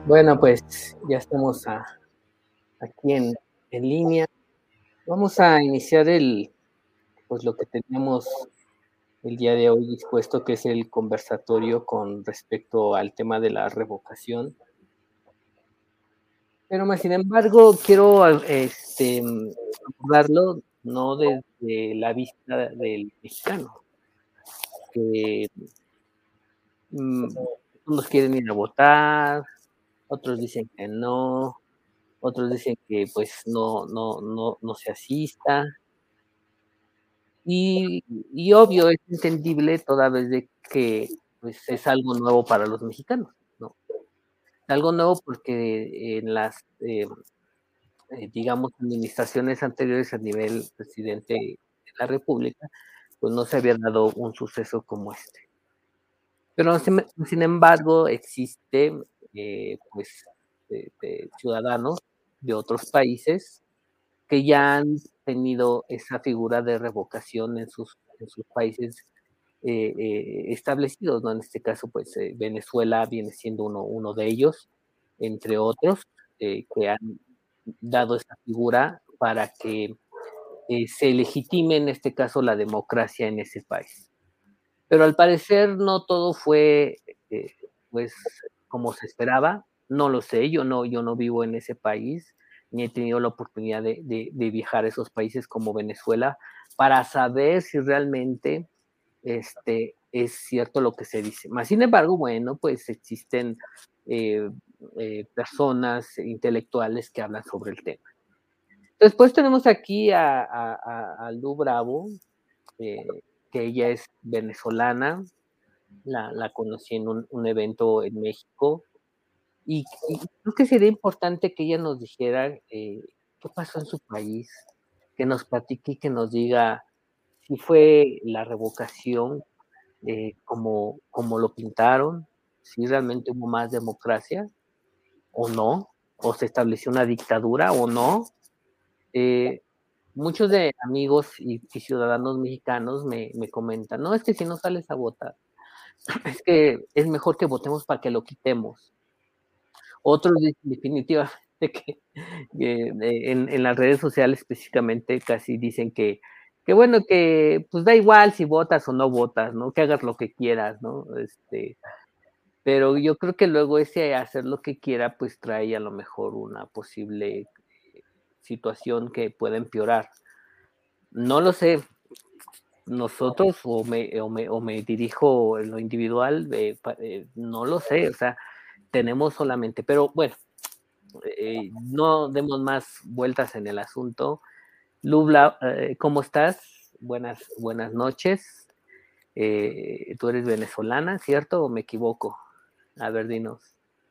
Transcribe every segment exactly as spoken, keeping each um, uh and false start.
Bueno, pues ya estamos a- aquí en, en línea. Vamos a iniciar el, pues lo que teníamos el día de hoy dispuesto, que es el conversatorio con respecto al tema de la revocación. Pero más sin embargo, quiero este, abordarlo no desde la vista del mexicano, que mm, unos quieren ir a votar, otros dicen que no, otros dicen que pues no, no, no, no se asista. Y y obvio, es entendible toda vez de que, pues, es algo nuevo para los mexicanos, ¿no? Algo nuevo porque en las, em, eh, digamos, administraciones anteriores a nivel presidente de la república, pues, no se había dado un suceso como este. Pero sin sin embargo, existe, eh, pues, eh, eh, ciudadanos de otros países que ya han tenido esa figura de revocación en sus en sus países eh, eh, establecidos, ¿no? En este caso, pues, eh, Venezuela viene siendo uno uno de ellos, entre otros, eh, que han dado esa figura para que, eh, se legitime, en este caso, la democracia en ese país. Pero al parecer no todo fue, eh, pues, como se esperaba, no lo sé, yo no yo no vivo en ese país, ni he tenido la oportunidad de de de viajar a esos países como Venezuela, para saber si realmente este, es cierto lo que se dice. Más sin embargo, bueno, pues existen eh, eh, personas intelectuales que hablan sobre el tema. Después tenemos aquí a, a, a, a Lu Bravo, eh, que ella es venezolana, la, la conocí en un, un evento en México, y, y creo que sería importante que ella nos dijera eh, qué pasó en su país, que nos platique y que nos diga si fue la revocación eh, como, como lo pintaron, si realmente hubo más democracia o no, o se estableció una dictadura o no. Eh, Muchos de amigos y, y ciudadanos mexicanos me, me, comentan, no, es que si no sales a votar, es que es mejor que votemos para que lo quitemos. Otros definitivamente que, que en, en, las redes sociales específicamente casi dicen que, que bueno, que pues da igual si votas o no votas, ¿no? Que hagas lo que quieras, ¿no? Este, Pero yo creo que luego ese hacer lo que quiera, pues trae a lo mejor una posible eh, situación que pueda empeorar. No lo sé, nosotros o me, o me, o me dirijo en lo individual, eh, pa- eh, no lo sé, o sea, tenemos solamente, pero bueno, eh, no demos más vueltas en el asunto. Lubla, eh, ¿cómo estás? Buenas, buenas noches. Eh, tú eres venezolana, ¿cierto? ¿O me equivoco? A ver, dinos.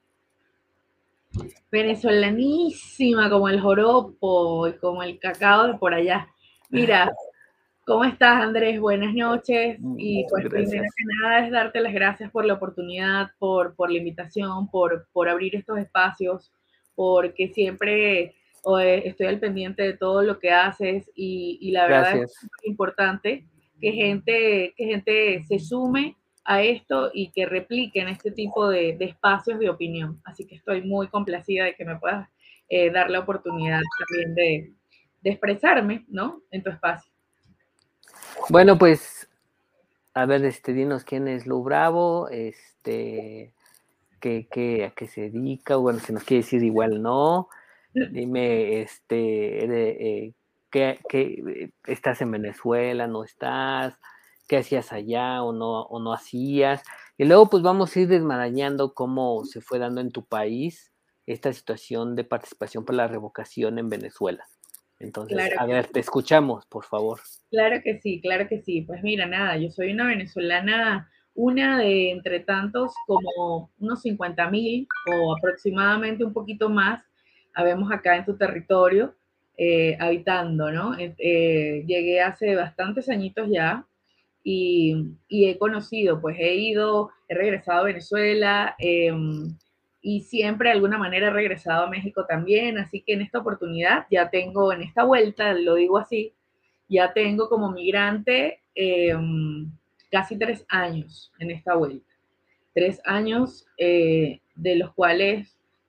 Venezolanísima como el joropo y como el cacao de por allá. Mira, ¿cómo estás, Andrés? Buenas noches. Y pues primero Gracias. que nada es darte las gracias por la oportunidad, por, por la invitación, por, por abrir estos espacios, porque siempre eh, estoy al pendiente de todo lo que haces y, y la verdad es Gracias. importante que gente, que gente se sume a esto y que repliquen este tipo de, de espacios de opinión. Así que estoy muy complacida de que me puedas eh, dar la oportunidad también de, de expresarme, ¿no? En tu espacio. Bueno, pues, a ver, este, dinos quién es Lu Bravo, este, qué, qué, a qué se dedica, bueno, si nos quiere decir igual no, dime, este, de, eh, ¿qué, qué, estás en Venezuela, no estás? ¿Qué hacías allá o no, o no hacías? Y luego, pues, vamos a ir desmarañando cómo se fue dando en tu país esta situación de participación por la revocación en Venezuela. Entonces, Claro a que ver, te escuchamos, por favor. Claro que sí, claro que sí. Pues mira, nada, yo soy una venezolana, una de entre tantos como unos cincuenta mil o aproximadamente un poquito más, habemos acá en tu territorio eh, habitando, ¿no? Eh, eh, llegué hace bastantes añitos ya y, y, he conocido, pues he ido, he regresado a Venezuela eh, y siempre de alguna manera he regresado a México también, así que en esta oportunidad ya tengo, en esta vuelta, lo digo así, ya tengo como migrante eh, casi tres años en esta vuelta. Tres años eh, de los cuales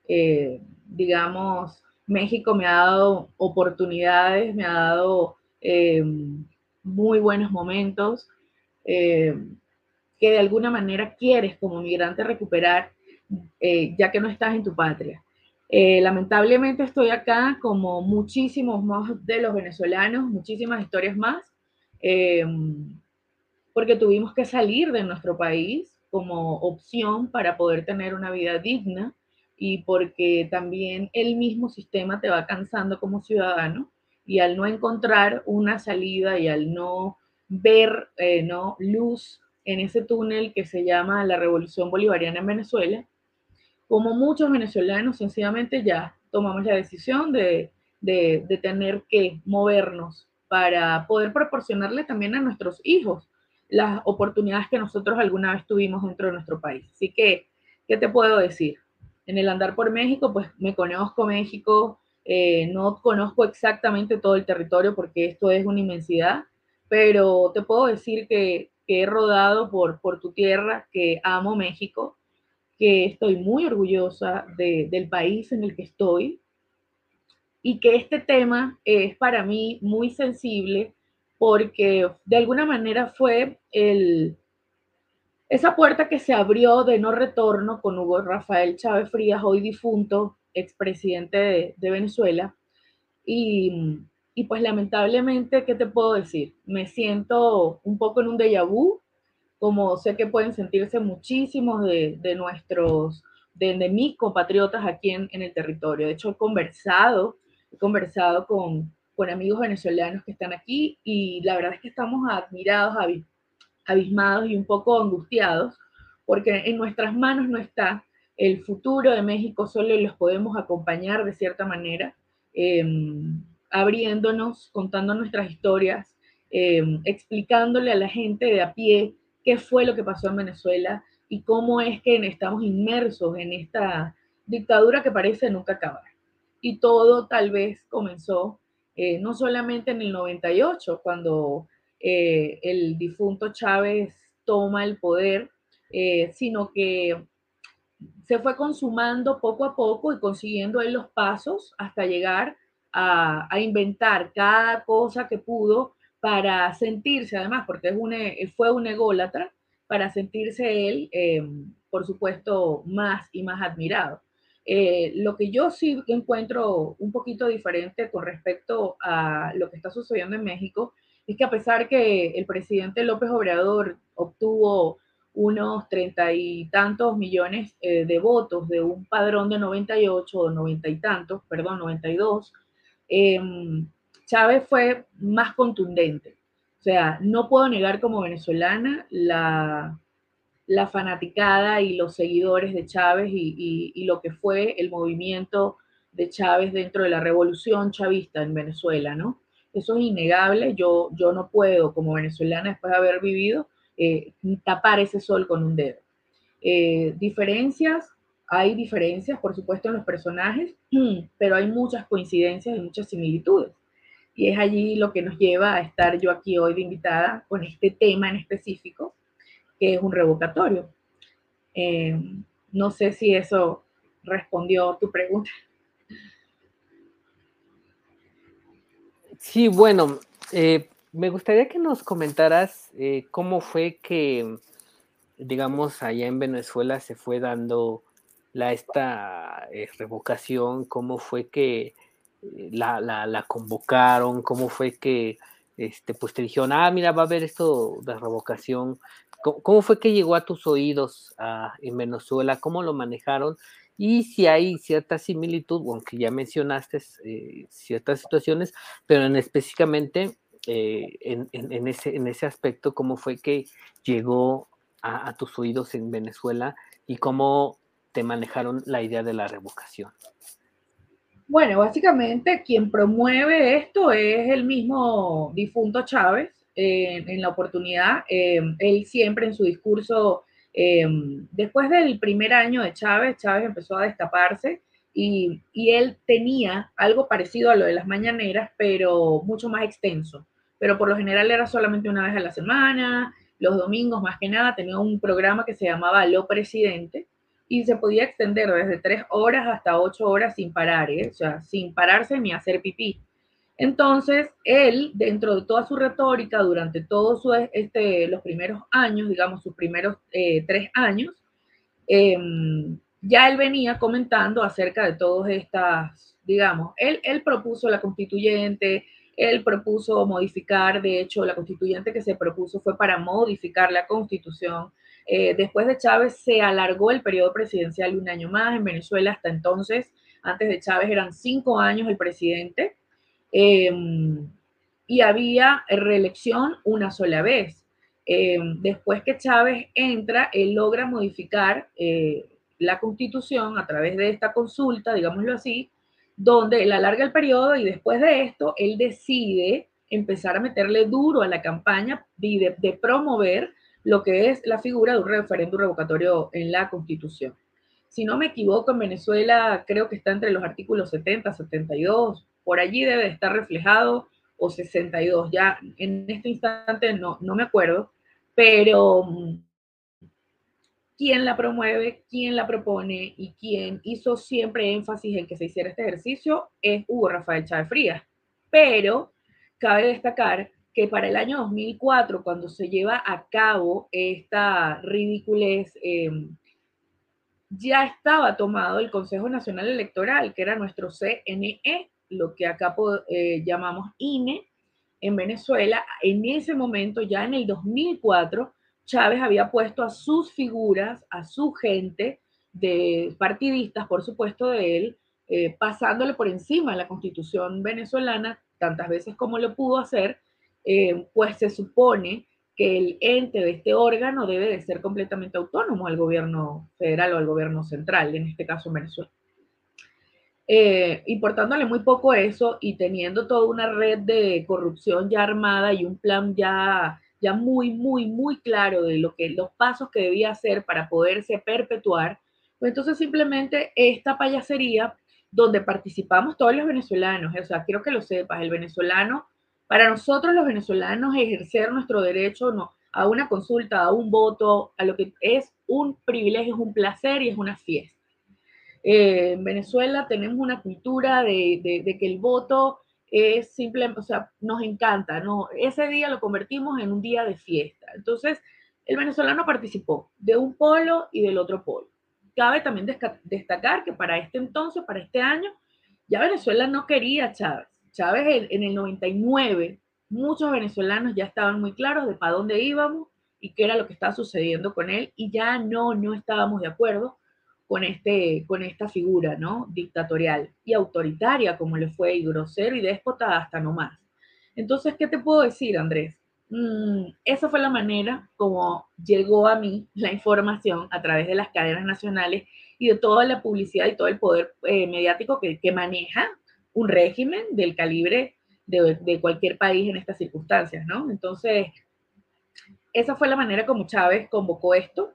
eh, digamos, México me ha dado oportunidades, me ha dado eh, muy buenos momentos, eh, que de alguna manera quieres como migrante recuperar, eh, ya que no estás en tu patria. Eh, lamentablemente estoy acá como muchísimos más de los venezolanos, muchísimas historias más, eh, porque tuvimos que salir de nuestro país como opción para poder tener una vida digna y porque también el mismo sistema te va cansando como ciudadano y al no encontrar una salida y al no ver eh, ¿no? luz en ese túnel que se llama la Revolución Bolivariana en Venezuela, como muchos venezolanos, sencillamente ya tomamos la decisión de, de, de tener que movernos para poder proporcionarle también a nuestros hijos las oportunidades que nosotros alguna vez tuvimos dentro de nuestro país. Así que, ¿qué te puedo decir? En el andar por México, pues me conozco México, eh, no conozco exactamente todo el territorio porque esto es una inmensidad, pero te puedo decir que, que he rodado por, por tu tierra, que amo México, que estoy muy orgullosa de, del país en el que estoy y que este tema es para mí muy sensible porque de alguna manera fue el, esa puerta que se abrió de no retorno con Hugo Rafael Chávez Frías, hoy difunto, expresidente de, de Venezuela. Y, y pues lamentablemente, ¿qué te puedo decir? Me siento un poco en un déjà vu, como sé que pueden sentirse muchísimos de, de nuestros, de, de, mis compatriotas aquí en, en, el territorio. De hecho, he conversado, he conversado con, con amigos venezolanos que están aquí y la verdad es que estamos admirados, abismados y un poco angustiados, porque en nuestras manos no está el futuro de México, solo los podemos acompañar de cierta manera, eh, abriéndonos, contando nuestras historias, eh, explicándole a la gente de a pie qué fue lo que pasó en Venezuela y cómo es que estamos inmersos en esta dictadura que parece nunca acabar. Y todo tal vez comenzó eh, no solamente en el noventa y ocho, cuando eh, el difunto Chávez toma el poder, eh, sino que se fue consumando poco a poco y consiguiendo él los pasos hasta llegar a, a inventar cada cosa que pudo para sentirse, además, porque es un, fue un ególatra, para sentirse él, eh, por supuesto, más y más admirado. Eh, lo que yo sí encuentro un poquito diferente con respecto a lo que está sucediendo en México es que a pesar que el presidente López Obrador obtuvo unos treinta y tantos millones eh, de votos de un padrón de noventa y ocho o noventa y tantos, perdón, noventa y dos, eh, Chávez fue más contundente. O sea, no puedo negar como venezolana la, la fanaticada y los seguidores de Chávez y, y, y lo que fue el movimiento de Chávez dentro de la revolución chavista en Venezuela, ¿no? Eso es innegable, yo, yo no puedo como venezolana, después de haber vivido, eh, tapar ese sol con un dedo. Eh, diferencias, hay diferencias, por supuesto, en los personajes, pero hay muchas coincidencias y muchas similitudes. Y es allí lo que nos lleva a estar yo aquí hoy de invitada con este tema en específico, que es un revocatorio. Eh, no sé si eso respondió tu pregunta. Sí, bueno, eh, me gustaría que nos comentaras eh, cómo fue que, digamos, allá en Venezuela se fue dando la, esta eh, revocación, cómo fue que eh, la, la, la, convocaron, cómo fue que este, pues te dijeron, ah, mira, va a haber esto de revocación, cómo, cómo fue que llegó a tus oídos ah, en Venezuela, cómo lo manejaron y si hay cierta similitud, aunque ya mencionaste eh, ciertas situaciones, pero en específicamente eh, en, en, en, ese, en ese aspecto, cómo fue que llegó a, a tus oídos en Venezuela y cómo te manejaron la idea de la revocación. Bueno, básicamente quien promueve esto es el mismo difunto Chávez. Eh, en la oportunidad, eh, él siempre en su discurso, eh, después del primer año de Chávez, Chávez empezó a destaparse y, y, él tenía algo parecido a lo de las mañaneras, pero mucho más extenso. Pero por lo general era solamente una vez a la semana, los domingos más que nada, tenía un programa que se llamaba Lo Presidente, y se podía extender desde tres horas hasta ocho horas sin parar, ¿eh? O sea, sin pararse ni hacer pipí. Entonces, él, dentro de toda su retórica, durante todos su, este, los primeros años, digamos, sus primeros eh, tres años, eh, ya él venía comentando acerca de todas estas, digamos, él, él propuso la constituyente, él propuso modificar, de hecho, la constituyente que se propuso fue para modificar la constitución. Eh, después de Chávez se alargó el periodo presidencial un año más en Venezuela. Hasta entonces, antes de Chávez eran cinco años el presidente, eh, y había reelección una sola vez. Eh, después que Chávez entra, él logra modificar eh, la constitución a través de esta consulta, digámoslo así, donde él alarga el periodo y después de esto, él decide empezar a meterle duro a la campaña y de, de promover lo que es la figura de un referéndum revocatorio en la constitución. Si no me equivoco, en Venezuela creo que está entre los artículos setenta, setenta y dos, por allí debe de estar reflejado, o sesenta y dos, ya en este instante no, no me acuerdo, pero quién la promueve, quién la propone y quién hizo siempre énfasis en que se hiciera este ejercicio es Hugo Rafael Chávez Frías. Pero cabe destacar que para el año dos mil cuatro, cuando se lleva a cabo esta ridiculez, eh, ya estaba tomado el Consejo Nacional Electoral, que era nuestro C N E, lo que acá eh, llamamos I N E en Venezuela. En ese momento, ya en el dos mil cuatro, Chávez había puesto a sus figuras, a su gente, de partidistas, por supuesto, de él, eh, pasándole por encima a la Constitución venezolana, tantas veces como lo pudo hacer, eh, pues se supone que el ente de este órgano debe de ser completamente autónomo al gobierno federal o al gobierno central, en este caso Venezuela. Eh, importándole muy poco eso y teniendo toda una red de corrupción ya armada y un plan ya, ya muy, muy, muy claro de lo que, los pasos que debía hacer para poderse perpetuar, pues entonces simplemente esta payasería donde participamos todos los venezolanos, o sea, quiero que lo sepas, el venezolano, para nosotros los venezolanos ejercer nuestro derecho no, a una consulta, a un voto, a lo que es un privilegio, es un placer y es una fiesta. Eh, en Venezuela tenemos una cultura de, de, de que el voto es simple, o sea, nos encanta, ¿no? Ese día lo convertimos en un día de fiesta. Entonces, el venezolano participó de un polo y del otro polo. Cabe también destacar que para este entonces, para este año, ya Venezuela no quería a Chávez. Chávez en, en el noventa y nueve, muchos venezolanos ya estaban muy claros de para dónde íbamos y qué era lo que estaba sucediendo con él, y ya no, no estábamos de acuerdo con, este, con esta figura, ¿no? Dictatorial y autoritaria como le fue, y grosero y déspota hasta no más. Entonces, ¿qué te puedo decir, Andrés? Mm, esa fue la manera como llegó a mí la información a través de las cadenas nacionales y de toda la publicidad y todo el poder eh, mediático que, que maneja un régimen del calibre de, de cualquier país en estas circunstancias, ¿no? Entonces, esa fue la manera como Chávez convocó esto,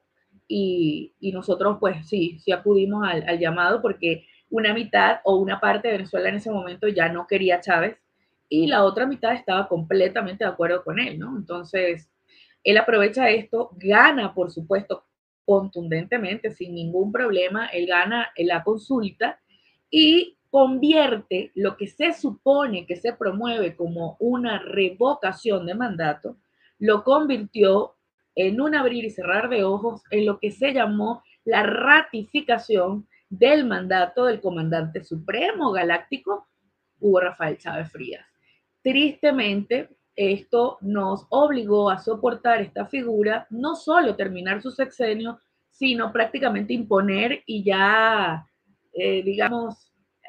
y, y nosotros pues sí, sí acudimos al, al, llamado, porque una mitad o una parte de Venezuela en ese momento ya no quería a Chávez y la otra mitad estaba completamente de acuerdo con él, ¿no? Entonces, él aprovecha esto, gana, por supuesto, contundentemente, sin ningún problema, él gana en la consulta y convierte lo que se supone que se promueve como una revocación de mandato, lo convirtió en un abrir y cerrar de ojos en lo que se llamó la ratificación del mandato del comandante supremo galáctico Hugo Rafael Chávez Frías. Tristemente, esto nos obligó a soportar esta figura, no solo terminar su sexenio, sino prácticamente imponer y ya, eh, digamos,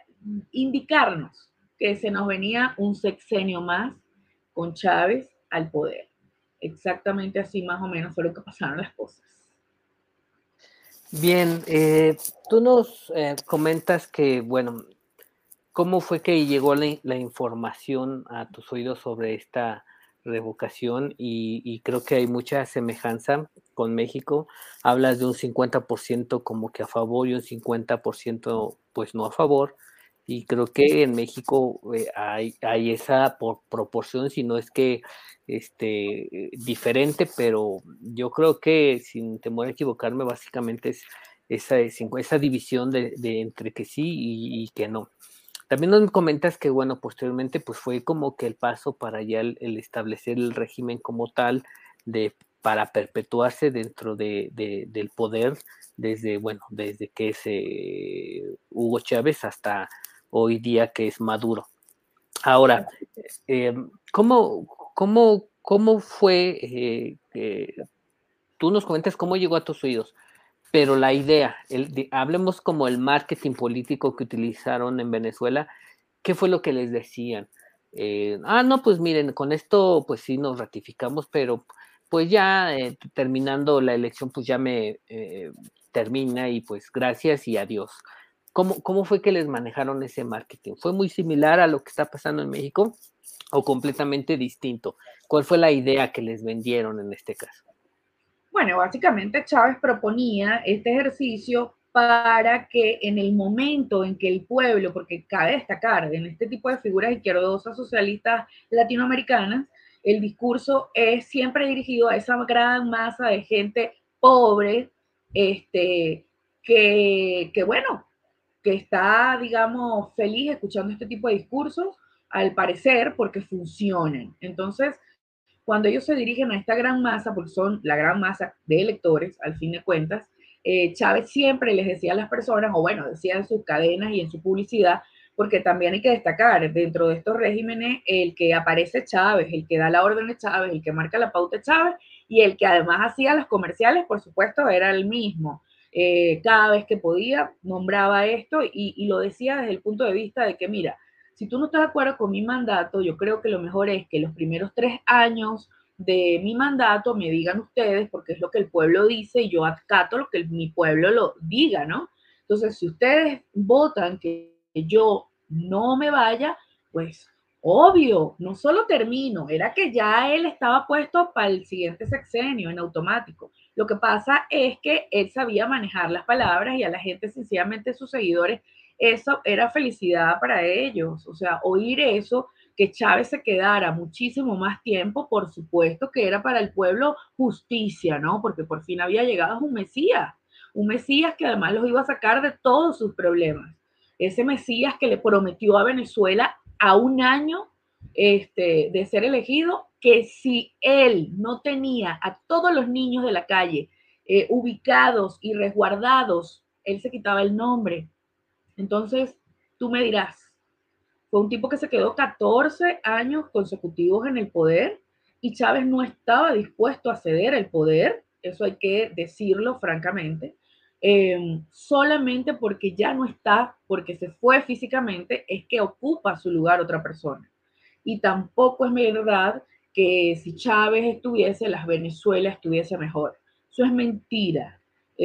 indicarnos que se nos venía un sexenio más con Chávez al poder. Exactamente así más o menos fue lo que pasaron las cosas. Bien, eh, tú nos eh, comentas que, bueno, ¿cómo fue que llegó la, la información a tus oídos sobre esta revocación? Y, y creo que hay mucha semejanza con México. Hablas de un cincuenta por ciento como que a favor y un cincuenta por ciento pues no a favor. Y creo que en México eh, hay, hay esa por proporción, si no es que este, diferente, pero yo creo que, sin temor a equivocarme, básicamente es esa, esa división de, de entre que sí y, y que no. También nos comentas que, bueno, posteriormente pues fue como que el paso para ya el, el establecer el régimen como tal, de, para perpetuarse dentro de, de, del poder desde, bueno, desde que es eh, Hugo Chávez hasta hoy día que es Maduro. Ahora, eh, ¿cómo, cómo, cómo fue, eh, eh, tú nos comentas cómo llegó a tus oídos, pero la idea, el, de, hablemos como el marketing político que utilizaron en Venezuela, ¿qué fue lo que les decían? Eh, ah, no, pues miren, con esto pues sí nos ratificamos, pero pues ya eh, terminando la elección pues ya me eh, termina y pues gracias y adiós. ¿Cómo, ¿Cómo fue que les manejaron ese marketing? ¿Fue muy similar a lo que está pasando en México o completamente distinto? ¿Cuál fue la idea que les vendieron en este caso? Bueno, básicamente Chávez proponía este ejercicio para que en el momento en que el pueblo, porque cabe destacar, en este tipo de figuras izquierdosas socialistas latinoamericanas, el discurso es siempre dirigido a esa gran masa de gente pobre, este, que, que bueno, que está, digamos, feliz escuchando este tipo de discursos, al parecer, porque funcionan. Entonces, cuando ellos se dirigen a esta gran masa, porque son la gran masa de electores, al fin de cuentas, eh, Chávez siempre les decía a las personas, o bueno, decía en sus cadenas y en su publicidad, porque también hay que destacar, dentro de estos regímenes, el que aparece Chávez, el que da la orden de Chávez, el que marca la pauta de Chávez, y el que además hacía las comerciales, por supuesto, era el mismo. Eh, cada vez que podía, nombraba esto y, y lo decía desde el punto de vista de que, mira, si tú no estás de acuerdo con mi mandato, yo creo que lo mejor es que los primeros tres años de mi mandato me digan ustedes, porque es lo que el pueblo dice y yo acato lo que el, mi pueblo lo diga, ¿no? Entonces, si ustedes votan que yo no me vaya, pues obvio, no solo termino, era que ya él estaba puesto para el siguiente sexenio en automático. Lo que pasa es que él sabía manejar las palabras y a la gente, sencillamente sus seguidores, eso era felicidad para ellos. O sea, oír eso, que Chávez se quedara muchísimo más tiempo, por supuesto que era para el pueblo justicia, ¿no? Porque por fin había llegado un Mesías, un Mesías que además los iba a sacar de todos sus problemas. Ese Mesías que le prometió a Venezuela a un año este, de ser elegido, que si él no tenía a todos los niños de la calle eh, ubicados y resguardados, él se quitaba el nombre. Entonces, tú me dirás, fue un tipo que se quedó catorce años consecutivos en el poder y Chávez no estaba dispuesto a ceder el poder, eso hay que decirlo francamente, eh, solamente porque ya no está, porque se fue físicamente, es que ocupa su lugar otra persona. Y tampoco es verdad que si Chávez estuviese, las Venezuela estuviese mejor. Eso es mentira.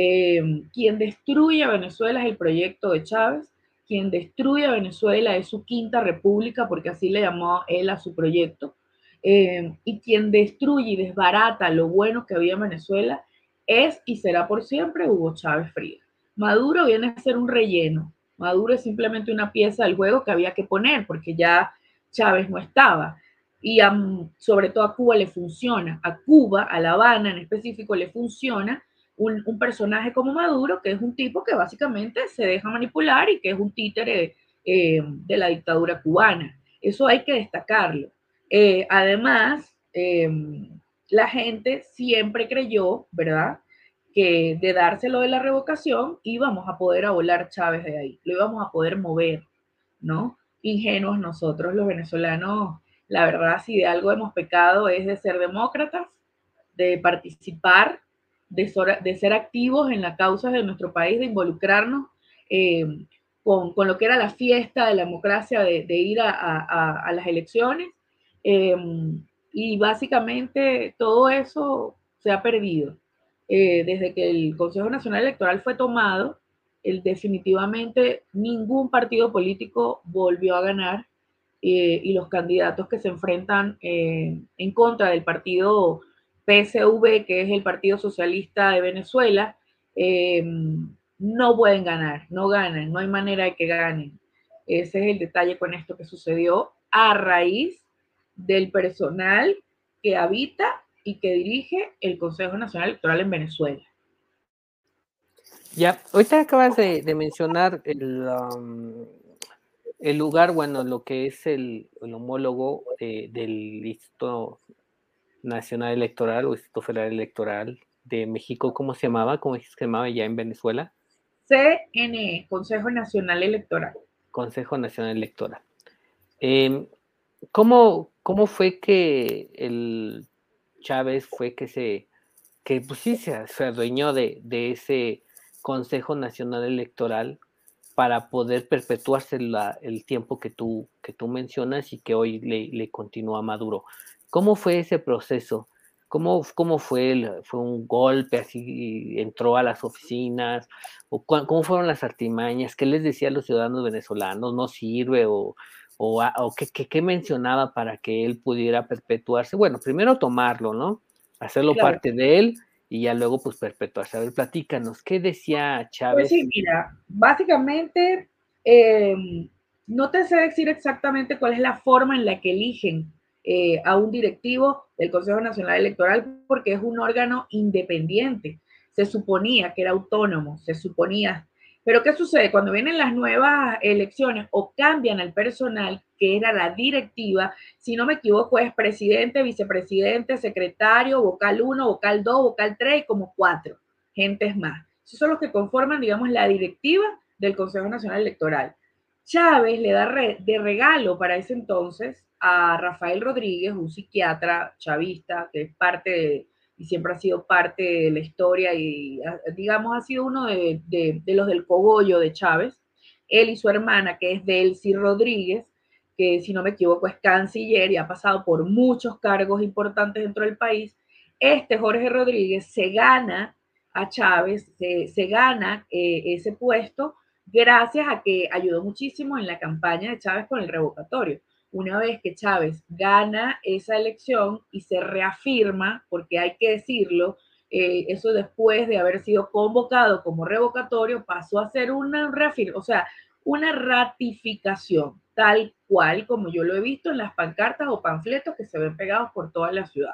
Eh, quien destruye a Venezuela es el proyecto de Chávez, quien destruye a Venezuela es su quinta república, porque así le llamó él a su proyecto, eh, y quien destruye y desbarata lo bueno que había en Venezuela es y será por siempre Hugo Chávez Frías. Maduro viene a ser un relleno, Maduro es simplemente una pieza del juego que había que poner, porque ya Chávez no estaba. Y um, sobre todo a Cuba le funciona, a Cuba, a La Habana en específico le funciona un, un, personaje como Maduro, que es un tipo que básicamente se deja manipular y que es un títere eh, de la dictadura cubana. Eso hay que destacarlo. Eh, además, eh, la gente siempre creyó, ¿verdad?, que de dárselo de la revocación íbamos a poder a volar Chávez de ahí, lo íbamos a poder mover, ¿no? Ingenuos nosotros los venezolanos, la verdad, si de algo hemos pecado es de ser demócratas, de participar, de, ser, de ser activos en las causas de nuestro país, de involucrarnos eh, con, con, lo que era la fiesta de la democracia, de, de ir a, a, a, las elecciones. Eh, y básicamente todo eso se ha perdido. Eh, desde que el Consejo Nacional Electoral fue tomado, el, definitivamente ningún partido político volvió a ganar eh, y los candidatos que se enfrentan eh, en contra del partido P S V, que es el Partido Socialista de Venezuela, eh, no pueden ganar, no ganan, no hay manera de que ganen. Ese es el detalle con esto que sucedió a raíz del personal que habita y que dirige el Consejo Nacional Electoral en Venezuela. Ya, ahorita acabas de, de mencionar el, um, el lugar, bueno, lo que es el, el homólogo de, del Instituto Nacional Electoral o Instituto Federal Electoral de México, ¿cómo se llamaba? ¿Cómo se llamaba ya en Venezuela? C N E, Consejo Nacional Electoral. Consejo Nacional Electoral. Eh, ¿cómo, ¿Cómo fue que el Chávez fue que se, que pues sí se, se adueñó de, de ese Consejo Nacional Electoral para poder perpetuarse la, el tiempo que tú, que tú mencionas y que hoy le, le continúa Maduro? ¿Cómo fue ese proceso? ¿Cómo, cómo fue? El, ¿Fue un golpe así? ¿Entró a las oficinas? ¿O cu cómo fueron las artimañas? ¿Qué les decía a los ciudadanos venezolanos? ¿No sirve? ¿O, o, o qué, qué, qué mencionaba para que él pudiera perpetuarse? Bueno, primero tomarlo, ¿no? Hacerlo Claro. parte de él y ya luego pues perpetuarse. A ver, platícanos, ¿qué decía Pues sí, Chávez? mira, básicamente eh, no te sé decir exactamente cuál es la forma en la que eligen eh, a un directivo del Consejo Nacional Electoral porque es un órgano independiente. Se suponía que era autónomo, se suponía. Pero ¿qué sucede? Cuando vienen las nuevas elecciones o cambian al personal, que era la directiva, si no me equivoco, es presidente, vicepresidente, secretario, vocal uno, vocal dos, vocal tres y como cuatro gentes más. Esos son los que conforman, digamos, la directiva del Consejo Nacional Electoral. Chávez le da re, de regalo para ese entonces a Rafael Rodríguez, un psiquiatra chavista que es parte de, y siempre ha sido parte de la historia y, digamos, ha sido uno de, de, de los del cogollo de Chávez. Él y su hermana, que es Delcy Rodríguez, que si no me equivoco es canciller y ha pasado por muchos cargos importantes dentro del país. Este Jorge Rodríguez se gana a Chávez, se, se gana eh, ese puesto gracias a que ayudó muchísimo en la campaña de Chávez con el revocatorio. Una vez que Chávez gana esa elección y se reafirma, porque hay que decirlo, eh, eso después de haber sido convocado como revocatorio pasó a ser una reafirmación, o sea, una ratificación, tal cual como yo lo he visto en las pancartas o panfletos que se ven pegados por toda la ciudad.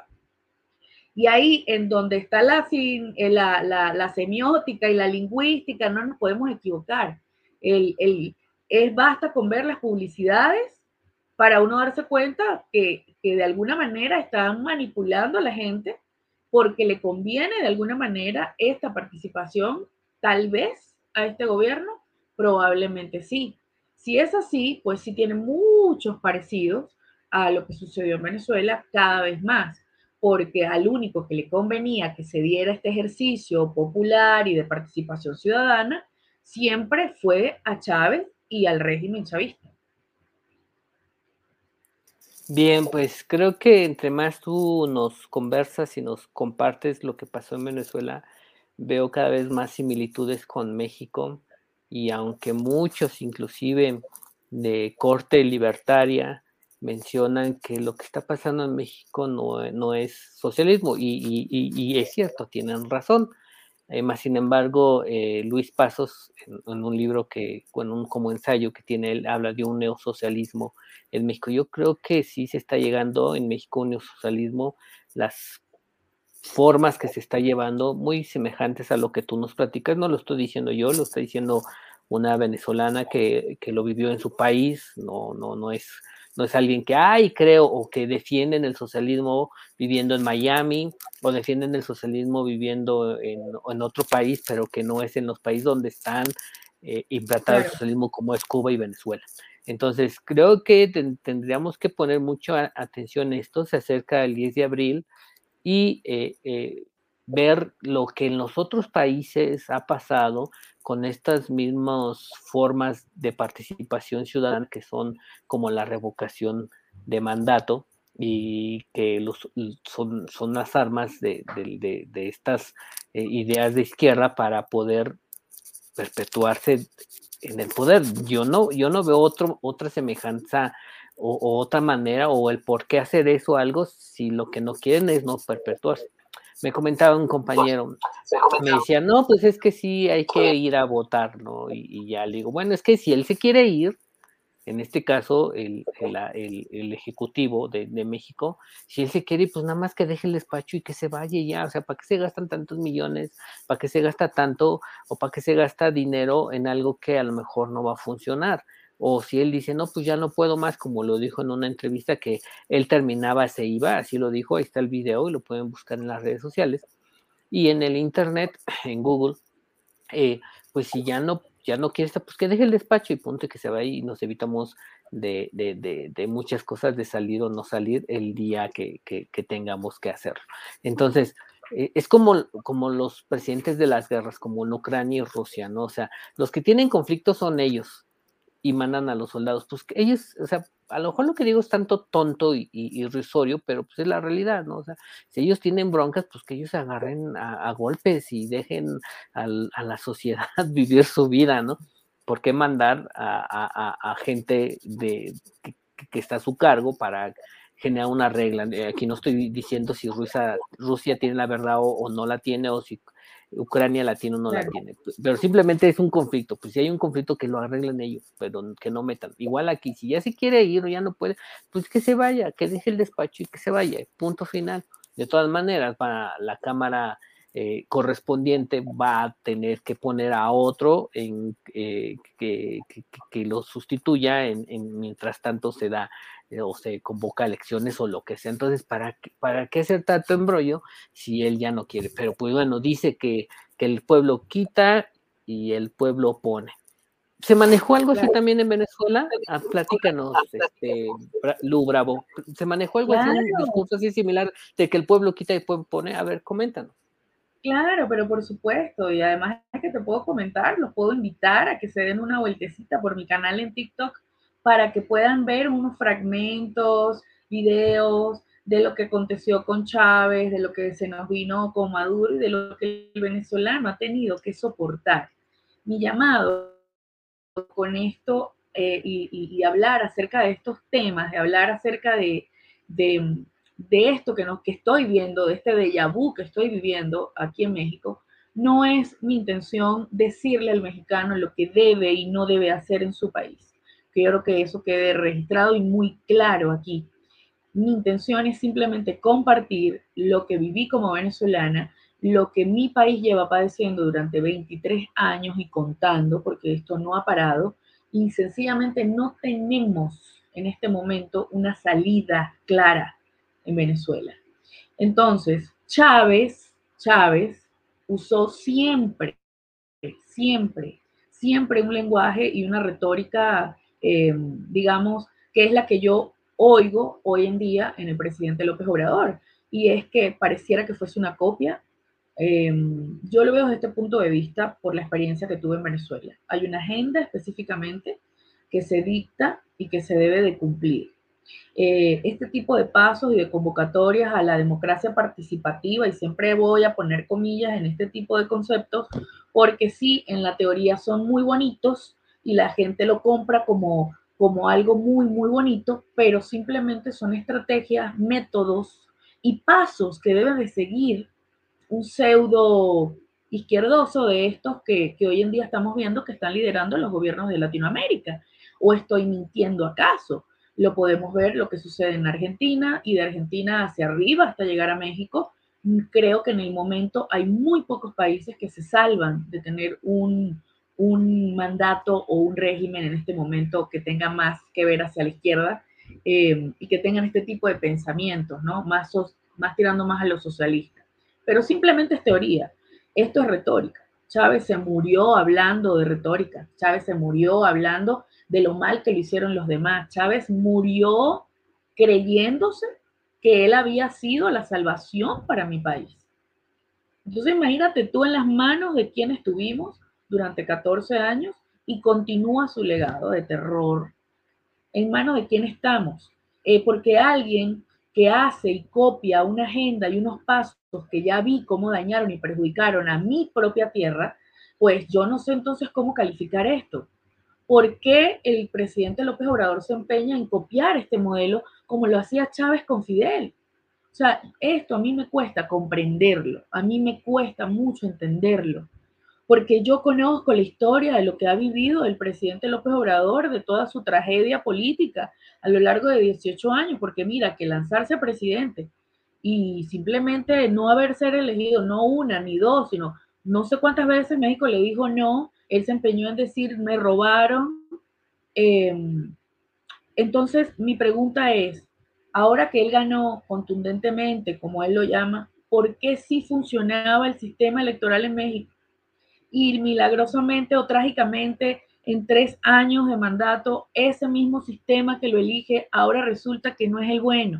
Y ahí en donde está la, eh, la, la, la semiótica y la lingüística, no nos podemos equivocar. El, el, es basta con ver las publicidades para uno darse cuenta que, que de alguna manera están manipulando a la gente porque le conviene de alguna manera esta participación, tal vez a este gobierno, probablemente sí. Si es así, pues sí tiene muchos parecidos a lo que sucedió en Venezuela cada vez más porque al único que le convenía que se diera este ejercicio popular y de participación ciudadana, siempre fue a Chávez y al régimen chavista. Bien, pues creo que entre más tú nos conversas y nos compartes lo que pasó en Venezuela, veo cada vez más similitudes con México y aunque muchos, inclusive de corte libertaria, mencionan que lo que está pasando en México no, no es socialismo y, y, y, y es cierto, tienen razón. Eh, más sin embargo, eh, Luis Pasos, en, en, un libro que, con un como ensayo que tiene él, habla de un neosocialismo en México. Yo creo que sí se está llegando en México un neosocialismo, las formas que se está llevando muy semejantes a lo que tú nos platicas, no lo estoy diciendo yo, lo está diciendo una venezolana que, que lo vivió en su país, no, no, no es no es alguien que, ay, creo, o que defienden el socialismo viviendo en Miami, o defienden el socialismo viviendo en, en otro país, pero que no es en los países donde están eh, implantado Claro. el socialismo como es Cuba y Venezuela. Entonces, creo que ten, tendríamos que poner mucha atención a esto, se acerca el diez de abril, y eh, eh, ver lo que en los otros países ha pasado con estas mismas formas de participación ciudadana que son como la revocación de mandato y que los, son, son las armas de, de, de, de estas eh, ideas de izquierda para poder perpetuarse en el poder. Yo no, yo no veo otro, otra semejanza o, o, otra manera o el por qué hacer eso algo si lo que no quieren es no perpetuarse. Me comentaba un compañero, me decía, no, pues es que sí hay que ir a votar, ¿no? Y, y ya le digo, bueno, es que si él se quiere ir, en este caso, el, el, el, el Ejecutivo de, de México, si él se quiere, pues nada más que deje el despacho y que se vaya ya, o sea, ¿para qué se gastan tantos millones? ¿Para qué se gasta tanto? ¿O para qué se gasta dinero en algo que a lo mejor no va a funcionar? O si él dice, no, pues ya no puedo más, como lo dijo en una entrevista, que él terminaba, se iba, así lo dijo, ahí está el video y lo pueden buscar en las redes sociales. Y en el internet, en Google, eh, pues si ya no, ya no quiere estar, pues que deje el despacho y punto, que se vaya y nos evitamos de, de, de, de muchas cosas, de salir o no salir el día que, que, que tengamos que hacerlo. Entonces, eh, es como, como los presidentes de las guerras, como en Ucrania y Rusia, ¿no? O sea, los que tienen conflictos son ellos y mandan a los soldados. Pues que ellos, o sea, a lo mejor lo que digo es tanto tonto y, y, y irrisorio, pero pues es la realidad, ¿no? O sea, si ellos tienen broncas, pues que ellos se agarren a, a golpes y dejen al, a la sociedad vivir su vida, ¿no? ¿Por qué mandar a, a, a gente de, que, que, está a su cargo para generar una regla? Aquí no estoy diciendo si Rusia, Rusia tiene la verdad o, o no la tiene, o si Ucrania la tiene o no Claro. la tiene, pero simplemente es un conflicto. Pues si hay un conflicto, que lo arreglen ellos, pero que no metan. Igual aquí, si ya se quiere ir o ya no puede, pues que se vaya, que deje el despacho y que se vaya, punto final. De todas maneras, para la Cámara eh, correspondiente va a tener que poner a otro en, eh, que, que, que, lo sustituya en, en, mientras tanto se da eh, o se convoca elecciones o lo que sea. Entonces, ¿para, para qué hacer tanto embrollo si él ya no quiere? Pero pues bueno, dice que, que el pueblo quita y el pueblo pone. ¿Se manejó algo así Claro. también en Venezuela? Ah, platícanos, este, Lu Bravo. ¿Se manejó algo Claro. así, un discurso así similar de que el pueblo quita y el pueblo pone? A ver, coméntanos. Claro, pero por supuesto, y además es que te puedo comentar, los puedo invitar a que se den una vueltecita por mi canal en TikTok para que puedan ver unos fragmentos, videos de lo que aconteció con Chávez, de lo que se nos vino con Maduro y de lo que el venezolano ha tenido que soportar. Mi llamado con esto eh, y, y, y, hablar acerca de estos temas, de hablar acerca de, de, de esto que, no, que estoy viendo, de este déjà vu que estoy viviendo aquí en México, no es mi intención decirle al mexicano lo que debe y no debe hacer en su país. Quiero que eso quede registrado y muy claro aquí. Mi intención es simplemente compartir lo que viví como venezolana, lo que mi país lleva padeciendo durante veintitrés años y contando, porque esto no ha parado, y sencillamente no tenemos en este momento una salida clara en Venezuela. Entonces, Chávez, Chávez usó siempre, siempre, siempre un lenguaje y una retórica, eh, digamos, que es la que yo oigo hoy en día en el presidente López Obrador, y es que pareciera que fuese una copia. Eh, yo lo veo desde este punto de vista por la experiencia que tuve en Venezuela. Hay una agenda específicamente que se dicta y que se debe de cumplir. Eh, este tipo de pasos y de convocatorias a la democracia participativa, y siempre voy a poner comillas en este tipo de conceptos, porque sí, en la teoría son muy bonitos y la gente lo compra como, como algo muy, muy bonito, pero simplemente son estrategias, métodos y pasos que debe de seguir un pseudo izquierdoso de estos que, que hoy en día estamos viendo que están liderando los gobiernos de Latinoamérica. ¿O estoy mintiendo acaso? Lo podemos ver lo que sucede en Argentina y de Argentina hacia arriba hasta llegar a México. Creo que en el momento hay muy pocos países que se salvan de tener un, un mandato o un régimen en este momento que tenga más que ver hacia la izquierda eh, y que tengan este tipo de pensamientos, ¿no? Más, más tirando más a lo socialista. Pero simplemente es teoría. Esto es retórica. Chávez se murió hablando de retórica. Chávez se murió hablando de lo mal que lo hicieron los demás. Chávez murió creyéndose que él había sido la salvación para mi país. Entonces imagínate tú en las manos de quien estuvimos durante catorce años y continúa su legado de terror. ¿En manos de quién estamos? Eh, porque alguien que hace y copia una agenda y unos pasos que ya vi cómo dañaron y perjudicaron a mi propia tierra, pues yo no sé entonces cómo calificar esto. ¿Por qué el presidente López Obrador se empeña en copiar este modelo como lo hacía Chávez con Fidel? O sea, esto a mí me cuesta comprenderlo, a mí me cuesta mucho entenderlo, porque yo conozco la historia de lo que ha vivido el presidente López Obrador, de toda su tragedia política a lo largo de dieciocho años, porque mira, que lanzarse a presidente y simplemente no haber ser elegido, no una ni dos, sino no sé cuántas veces México le dijo no, él se empeñó en decir me robaron. Eh, entonces, mi pregunta es, ahora que él ganó contundentemente, como él lo llama, ¿por qué sí funcionaba el sistema electoral en México? Y milagrosamente o trágicamente en tres años de mandato, ese mismo sistema que lo elige ahora resulta que no es el bueno.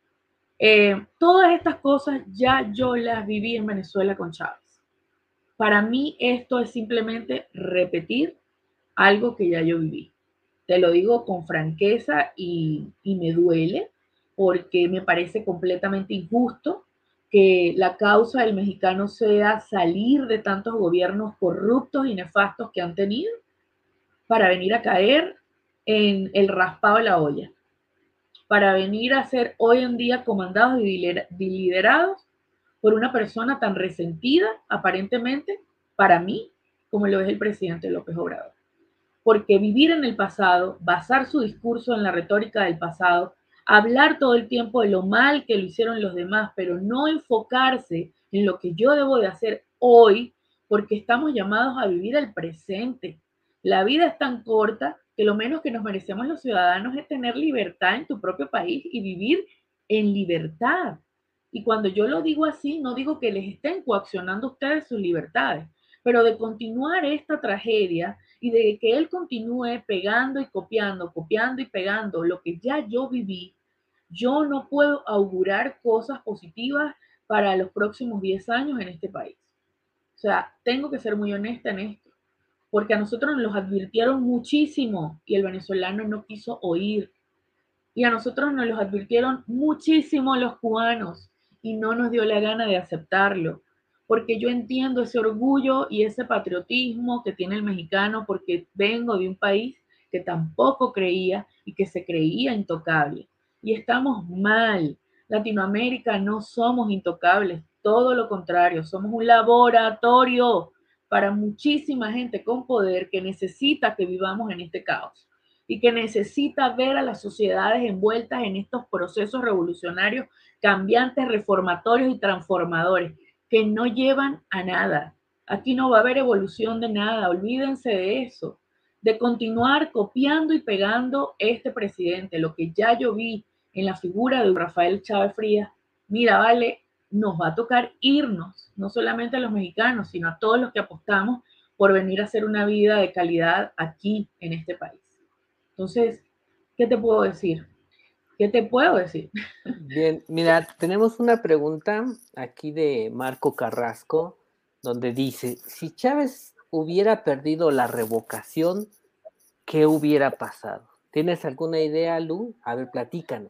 Eh, todas estas cosas ya yo las viví en Venezuela con Chávez. Para mí esto es simplemente repetir algo que ya yo viví. Te lo digo con franqueza y, y me duele porque me parece completamente injusto que la causa del mexicano sea salir de tantos gobiernos corruptos y nefastos que han tenido para venir a caer en el raspado de la olla, para venir a ser hoy en día comandados y liderados por una persona tan resentida, aparentemente, para mí, como lo es el presidente López Obrador. Porque vivir en el pasado, basar su discurso en la retórica del pasado, hablar todo el tiempo de lo mal que lo hicieron los demás, pero no enfocarse en lo que yo debo de hacer hoy, porque estamos llamados a vivir el presente. La vida es tan corta que lo menos que nos merecemos los ciudadanos es tener libertad en tu propio país y vivir en libertad. Y cuando yo lo digo así, no digo que les estén coaccionando a ustedes sus libertades, pero de continuar esta tragedia y de que él continúe pegando y copiando, copiando y pegando lo que ya yo viví, yo no puedo augurar cosas positivas para los próximos diez años en este país. O sea, tengo que ser muy honesta en esto, porque a nosotros nos los advirtieron muchísimo y el venezolano no quiso oír. Y a nosotros nos los advirtieron muchísimo los cubanos y no nos dio la gana de aceptarlo. Porque yo entiendo ese orgullo y ese patriotismo que tiene el mexicano porque vengo de un país que tampoco creía y que se creía intocable. Y estamos mal. Latinoamérica no somos intocables, todo lo contrario, somos un laboratorio para muchísima gente con poder que necesita que vivamos en este caos y que necesita ver a las sociedades envueltas en estos procesos revolucionarios, cambiantes, reformatorios y transformadores, que no llevan a nada. Aquí no va a haber evolución de nada, olvídense de eso, de continuar copiando y pegando este presidente, lo que ya yo vi en la figura de Rafael Chávez Frías. Mira, vale, nos va a tocar irnos, no solamente a los mexicanos, sino a todos los que apostamos por venir a hacer una vida de calidad aquí en este país. Entonces, ¿qué te puedo decir? ¿Qué te puedo decir? Bien, mira, tenemos una pregunta aquí de Marco Carrasco, donde dice, si Chávez hubiera perdido la revocación, ¿qué hubiera pasado? ¿Tienes alguna idea, Lu? A ver, platícanos.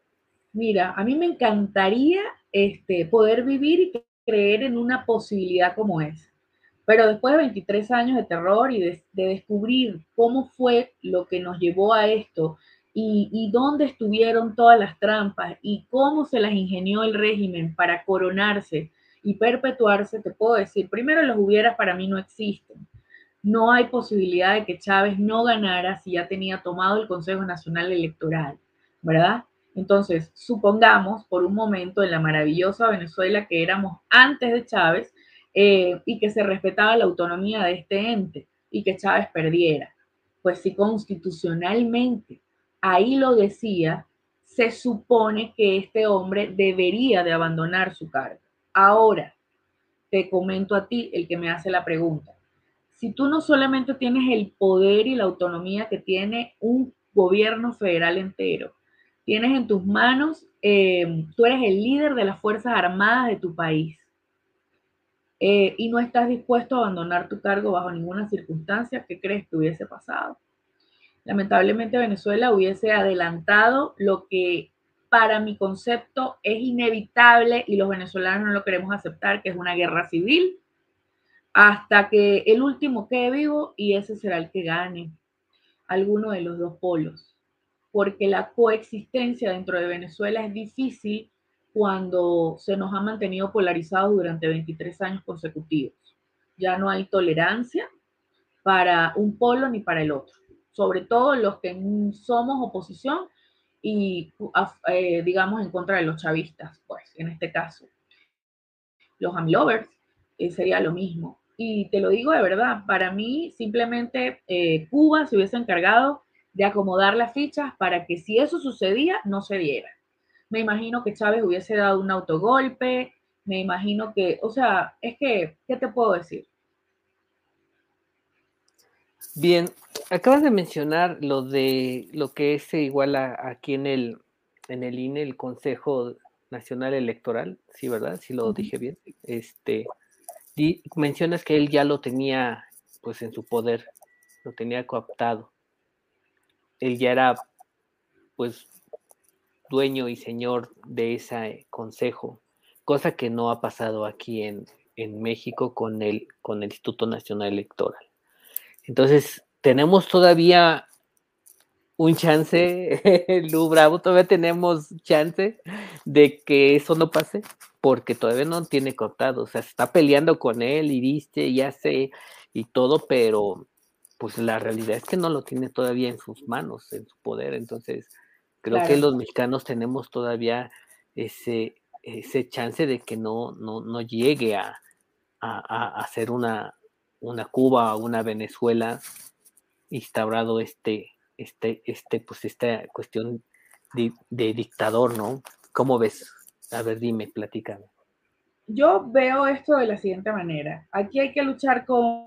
Mira, a mí me encantaría este, poder vivir y creer en una posibilidad como esa. Pero después de veintitrés años de terror y de, de descubrir cómo fue lo que nos llevó a esto y, y dónde estuvieron todas las trampas y cómo se las ingenió el régimen para coronarse y perpetuarse, te puedo decir, primero los hubieras para mí no existen. No hay posibilidad de que Chávez no ganara si ya tenía tomado el Consejo Nacional Electoral, ¿verdad? Entonces, supongamos por un momento en la maravillosa Venezuela que éramos antes de Chávez, eh, y que se respetaba la autonomía de este ente y que Chávez perdiera. Pues si constitucionalmente ahí lo decía, se supone que este hombre debería de abandonar su cargo. Ahora, te comento a ti, el que me hace la pregunta. Si tú no solamente tienes el poder y la autonomía que tiene un gobierno federal entero, tienes en tus manos, eh, tú eres el líder de las Fuerzas Armadas de tu país, eh, y no estás dispuesto a abandonar tu cargo bajo ninguna circunstancia, ¿qué crees que hubiese pasado? Lamentablemente Venezuela hubiese adelantado lo que para mi concepto es inevitable y los venezolanos no lo queremos aceptar, que es una guerra civil, hasta que el último quede vivo y ese será el que gane, alguno de los dos polos, porque la coexistencia dentro de Venezuela es difícil cuando se nos ha mantenido polarizados durante veintitrés años consecutivos. ya no hay tolerancia para un polo ni para el otro, sobre todo los que somos oposición y eh, digamos en contra de los chavistas, pues en este caso. Los amlovers eh, sería lo mismo. Y te lo digo de verdad, para mí simplemente eh, Cuba se hubiese encargado de acomodar las fichas para que si eso sucedía, no se diera. Me imagino que Chávez hubiese dado un autogolpe, me imagino que, o sea, es que, ¿qué te puedo decir? Bien, acabas de mencionar lo de lo que es igual a, aquí en el, en el I N E, el Consejo Nacional Electoral, sí, ¿verdad? Sí lo dije bien. Este, di, mencionas que él ya lo tenía pues en su poder, lo tenía cooptado. Él ya era pues dueño y señor de ese consejo, cosa que no ha pasado aquí en, en México con el, con el Instituto Nacional Electoral. Entonces, tenemos todavía un chance, Lu Bravo, todavía tenemos chance de que eso no pase, porque todavía no tiene cortado, o sea, se está peleando con él y dice, ya sé, y todo, pero pues la realidad es que no lo tiene todavía en sus manos, en su poder, entonces creo Claro. que los mexicanos tenemos todavía ese, ese chance de que no, no, no llegue a, a, a ser una, una Cuba o una Venezuela instaurado este, este, este, pues esta cuestión de, de dictador, ¿no? ¿Cómo ves? A ver, dime, platícame. Yo veo esto de la siguiente manera. Aquí hay que luchar con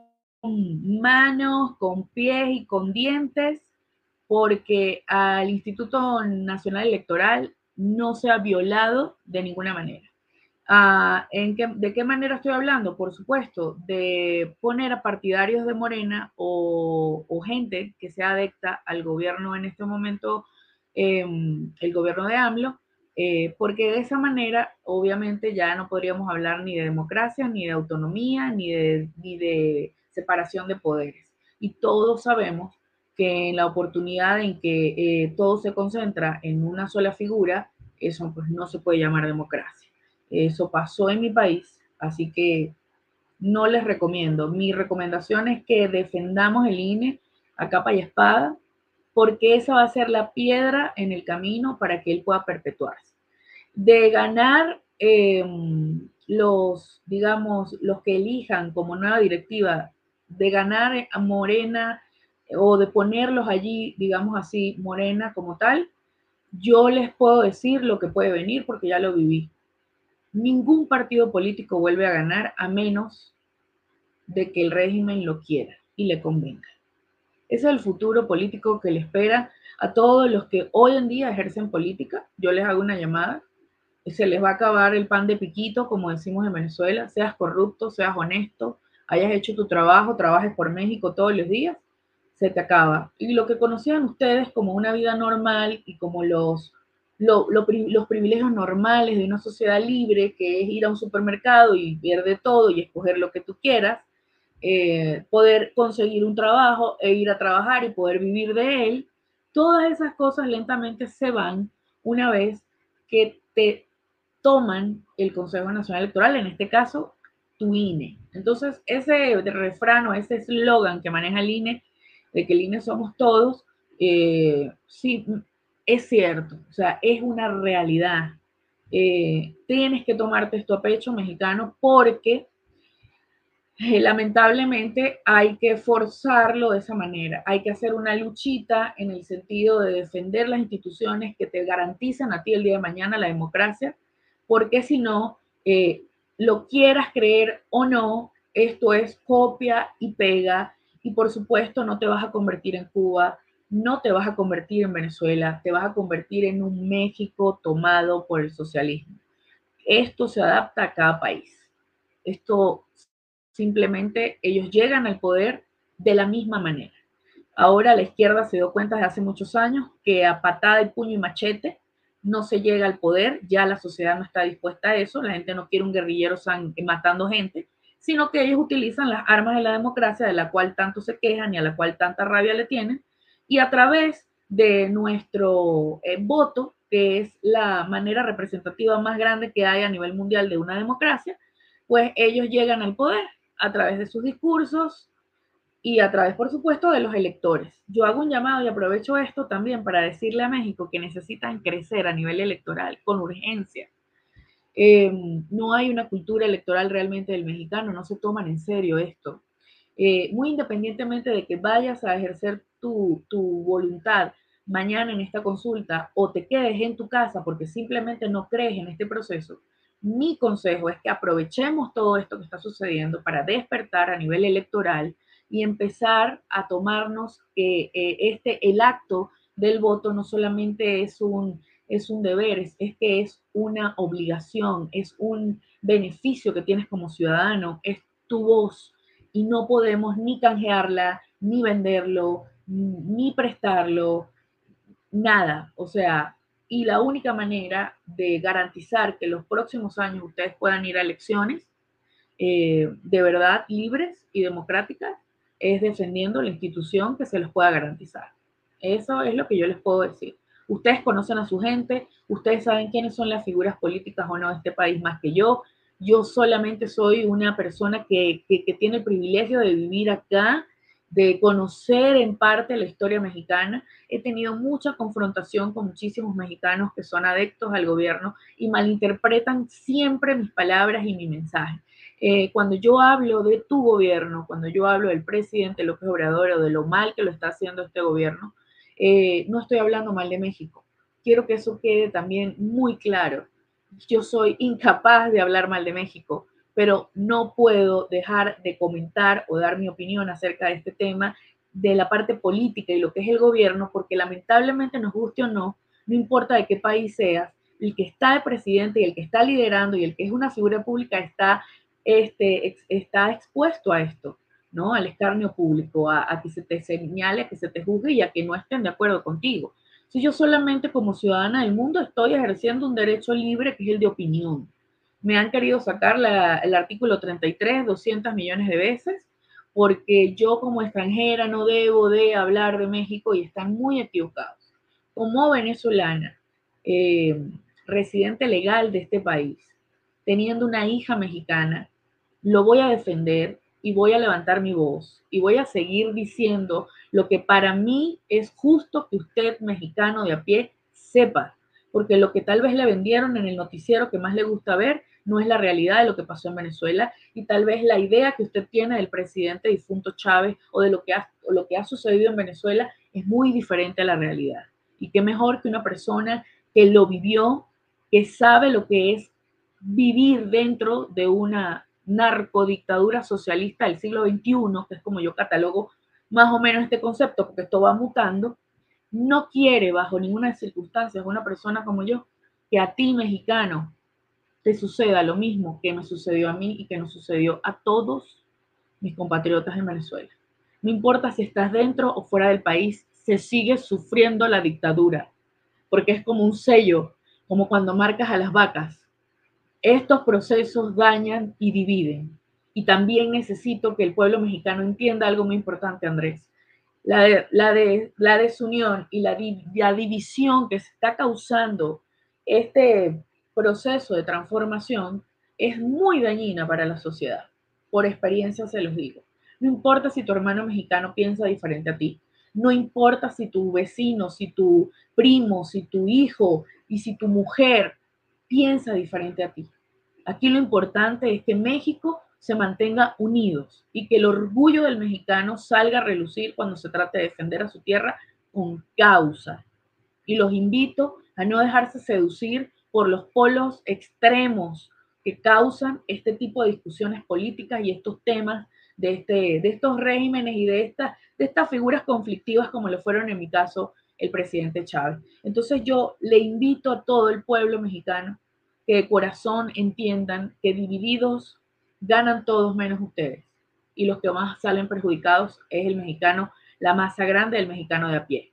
manos, con pies y con dientes, porque al Instituto Nacional Electoral no se ha violado de ninguna manera. Uh, ¿en qué, ¿De qué manera estoy hablando? Por supuesto, de poner a partidarios de Morena o, o gente que sea adepta al gobierno en este momento, eh, el gobierno de AMLO, eh, porque de esa manera obviamente ya no podríamos hablar ni de democracia, ni de autonomía, ni de, ni de separación de poderes. Y todos sabemos que en la oportunidad en que eh, todo se concentra en una sola figura, eso pues no se puede llamar democracia. Eso pasó en mi país, así que no les recomiendo. Mi recomendación es que defendamos el I N E a capa y espada, porque esa va a ser la piedra en el camino para que él pueda perpetuarse. De ganar eh, los, digamos, los que elijan como nueva directiva, de ganar a Morena o de ponerlos allí, digamos así, Morena como tal, yo les puedo decir lo que puede venir porque ya lo viví. Ningún partido político vuelve a ganar a menos de que el régimen lo quiera y le convenga. Ese es el futuro político que le espera a todos los que hoy en día ejercen política. Yo les hago una llamada. Se les va a acabar el pan de piquito, como decimos en Venezuela. Seas corrupto, seas honesto, hayas hecho tu trabajo, trabajes por México todos los días, se te acaba. Y lo que conocían ustedes como una vida normal y como los lo, lo, los privilegios normales de una sociedad libre, que es ir a un supermercado y ver de todo y escoger lo que tú quieras, eh, poder conseguir un trabajo e ir a trabajar y poder vivir de él, todas esas cosas lentamente se van una vez que te toman el Consejo Nacional Electoral, en este caso, tu I N E. Entonces, ese refrán o ese eslogan que maneja el I N E, de que el I N E somos todos, eh, sí, es cierto, o sea, es una realidad. Eh, tienes que tomarte esto a pecho, mexicano, porque eh, lamentablemente hay que forzarlo de esa manera. Hay que hacer una luchita en el sentido de defender las instituciones que te garantizan a ti el día de mañana la democracia, porque si no, eh, lo quieras creer o no, esto es copia y pega, y por supuesto no te vas a convertir en Cuba, no te vas a convertir en Venezuela, te vas a convertir en un México tomado por el socialismo. Esto se adapta a cada país. Esto simplemente ellos llegan al poder de la misma manera. Ahora la izquierda se dio cuenta desde hace muchos años que a patada de puño y machete no se llega al poder, ya la sociedad no está dispuesta a eso, la gente no quiere un guerrillero matando gente, sino que ellos utilizan las armas de la democracia de la cual tanto se quejan y a la cual tanta rabia le tienen, y a través de nuestro eh, voto, que es la manera representativa más grande que hay a nivel mundial de una democracia, pues ellos llegan al poder. a través de sus discursos y a través, por supuesto, de los electores. Yo hago un llamado y aprovecho esto también para decirle a México que necesitan crecer a nivel electoral con urgencia. Eh, no hay una cultura electoral realmente del mexicano, no se toman en serio esto. Eh, muy independientemente de que vayas a ejercer tu, tu voluntad mañana en esta consulta o te quedes en tu casa porque simplemente no crees en este proceso, mi consejo es que aprovechemos todo esto que está sucediendo para despertar a nivel electoral y empezar a tomarnos que eh, este, el acto del voto no solamente es un, es un deber, es, es que es una obligación, es un beneficio que tienes como ciudadano, es tu voz y no podemos ni canjearla, ni venderlo, ni prestarlo, nada. O sea, y la única manera de garantizar que los próximos años ustedes puedan ir a elecciones eh, de verdad libres y democráticas es defendiendo la institución que se los pueda garantizar. Eso es lo que yo les puedo decir. Ustedes conocen a su gente, ustedes saben quiénes son las figuras políticas o no de este país más que yo. Yo solamente soy una persona que, que, que tiene el privilegio de vivir acá, de conocer en parte la historia mexicana. He tenido mucha confrontación con muchísimos mexicanos que son adeptos al gobierno y malinterpretan siempre mis palabras y mi mensaje. Eh, cuando yo hablo de tu gobierno, cuando yo hablo del presidente López Obrador o de lo mal que lo está haciendo este gobierno, eh, no estoy hablando mal de México. Quiero que eso quede también muy claro. Yo soy incapaz de hablar mal de México, pero no puedo dejar de comentar o dar mi opinión acerca de este tema de la parte política y lo que es el gobierno, porque lamentablemente nos guste o no, no importa de qué país seas, el que está de presidente y el que está liderando y el que es una figura pública está este, ex, está expuesto a esto, ¿no? Al escarnio público, a, a, que se te señale, a que se te juzgue y a que no estén de acuerdo contigo. Si yo solamente como ciudadana del mundo estoy ejerciendo un derecho libre que es el de opinión. Me han querido sacar la, el artículo treinta y tres doscientos millones de veces porque yo como extranjera no debo de hablar de México y están muy equivocados. Como venezolana, eh, residente legal de este país, teniendo una hija mexicana, lo voy a defender y voy a levantar mi voz y voy a seguir diciendo lo que para mí es justo que usted, mexicano de a pie, sepa, porque lo que tal vez le vendieron en el noticiero que más le gusta ver no es la realidad de lo que pasó en Venezuela y tal vez la idea que usted tiene del presidente difunto Chávez o de lo que ha, o lo que ha sucedido en Venezuela es muy diferente a la realidad. Y qué mejor que una persona que lo vivió, que sabe lo que es vivir dentro de una narcodictadura socialista del siglo veintiuno, que es como yo catalogo más o menos este concepto, porque esto va mutando, no quiere bajo ninguna circunstancia una persona como yo que a ti, mexicano, te suceda lo mismo que me sucedió a mí y que nos sucedió a todos mis compatriotas en Venezuela. No importa si estás dentro o fuera del país, se sigue sufriendo la dictadura, porque es como un sello, como cuando marcas a las vacas. Estos procesos dañan y dividen. Y también necesito que el pueblo mexicano entienda algo muy importante, Andrés. La, de, la, de, la desunión y la, la división que se está causando este proceso de transformación es muy dañina para la sociedad. Por experiencia se los digo. No importa si tu hermano mexicano piensa diferente a ti. No importa si tu vecino, si tu primo, si tu hijo y si tu mujer piensa diferente a ti. Aquí lo importante es que México se mantenga unidos y que el orgullo del mexicano salga a relucir cuando se trate de defender a su tierra con causa. Y los invito a no dejarse seducir por los polos extremos que causan este tipo de discusiones políticas y estos temas de, este, de estos regímenes y de, esta, de estas figuras conflictivas como lo fueron en mi caso el presidente Chávez. Entonces yo le invito a todo el pueblo mexicano que de corazón entiendan que divididos ganan todos menos ustedes. Y los que más salen perjudicados es el mexicano, la masa grande del mexicano de a pie.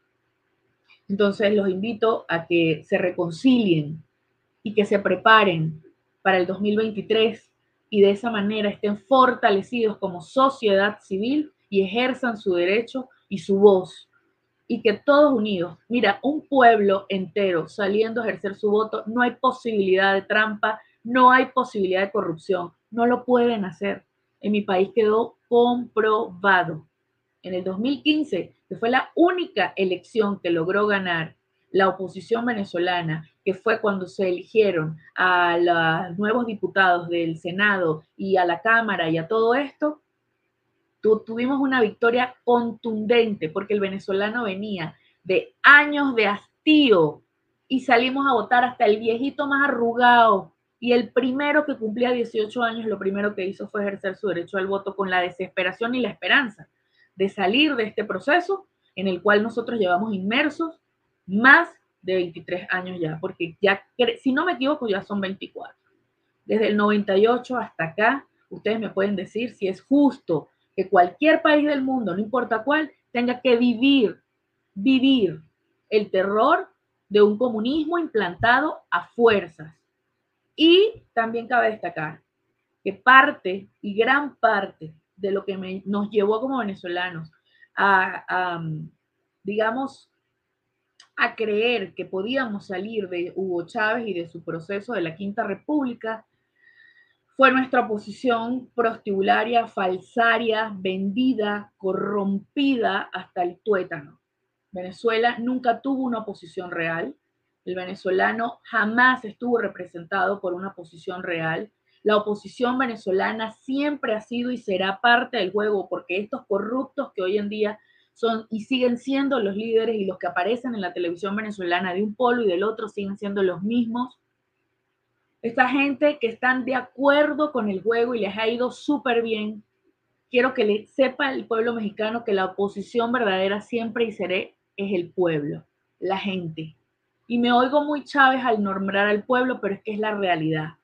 Entonces los invito a que se reconcilien y que se preparen para el dos mil veintitrés y de esa manera estén fortalecidos como sociedad civil y ejerzan su derecho y su voz. Y que todos unidos, mira, un pueblo entero saliendo a ejercer su voto, no hay posibilidad de trampa, no hay posibilidad de corrupción, no lo pueden hacer. en mi país quedó comprobado. En el dos mil quince, que fue la única elección que logró ganar la oposición venezolana, que fue cuando se eligieron a los nuevos diputados del Senado y a la Cámara y a todo esto, tu, tuvimos una victoria contundente porque el venezolano venía de años de hastío y salimos a votar hasta el viejito más arrugado y el primero que cumplía dieciocho años, lo primero que hizo fue ejercer su derecho al voto con la desesperación y la esperanza de salir de este proceso en el cual nosotros llevamos inmersos más de veintitrés años ya, porque ya, si no me equivoco, ya son veinticuatro. Desde el noventa y ocho hasta acá, ustedes me pueden decir si es justo que cualquier país del mundo, no importa cuál, tenga que vivir, vivir el terror de un comunismo implantado a fuerzas. Y también cabe destacar que parte y gran parte de lo que me, nos llevó como venezolanos a, a, digamos, a creer que podíamos salir de Hugo Chávez y de su proceso de la Quinta República fue nuestra oposición prostibularia, falsaria, vendida, corrompida hasta el tuétano. Venezuela nunca tuvo una oposición real. El venezolano jamás estuvo representado por una oposición real. La oposición venezolana siempre ha sido y será parte del juego porque estos corruptos que hoy en día son y siguen siendo los líderes y los que aparecen en la televisión venezolana de un polo y del otro siguen siendo los mismos. Esta gente que están de acuerdo con el juego y les ha ido súper bien, quiero que le sepa el pueblo mexicano que la oposición verdadera siempre y seré es el pueblo, la gente. Y me oigo muy Chávez al nombrar al pueblo, pero es que es la realidad.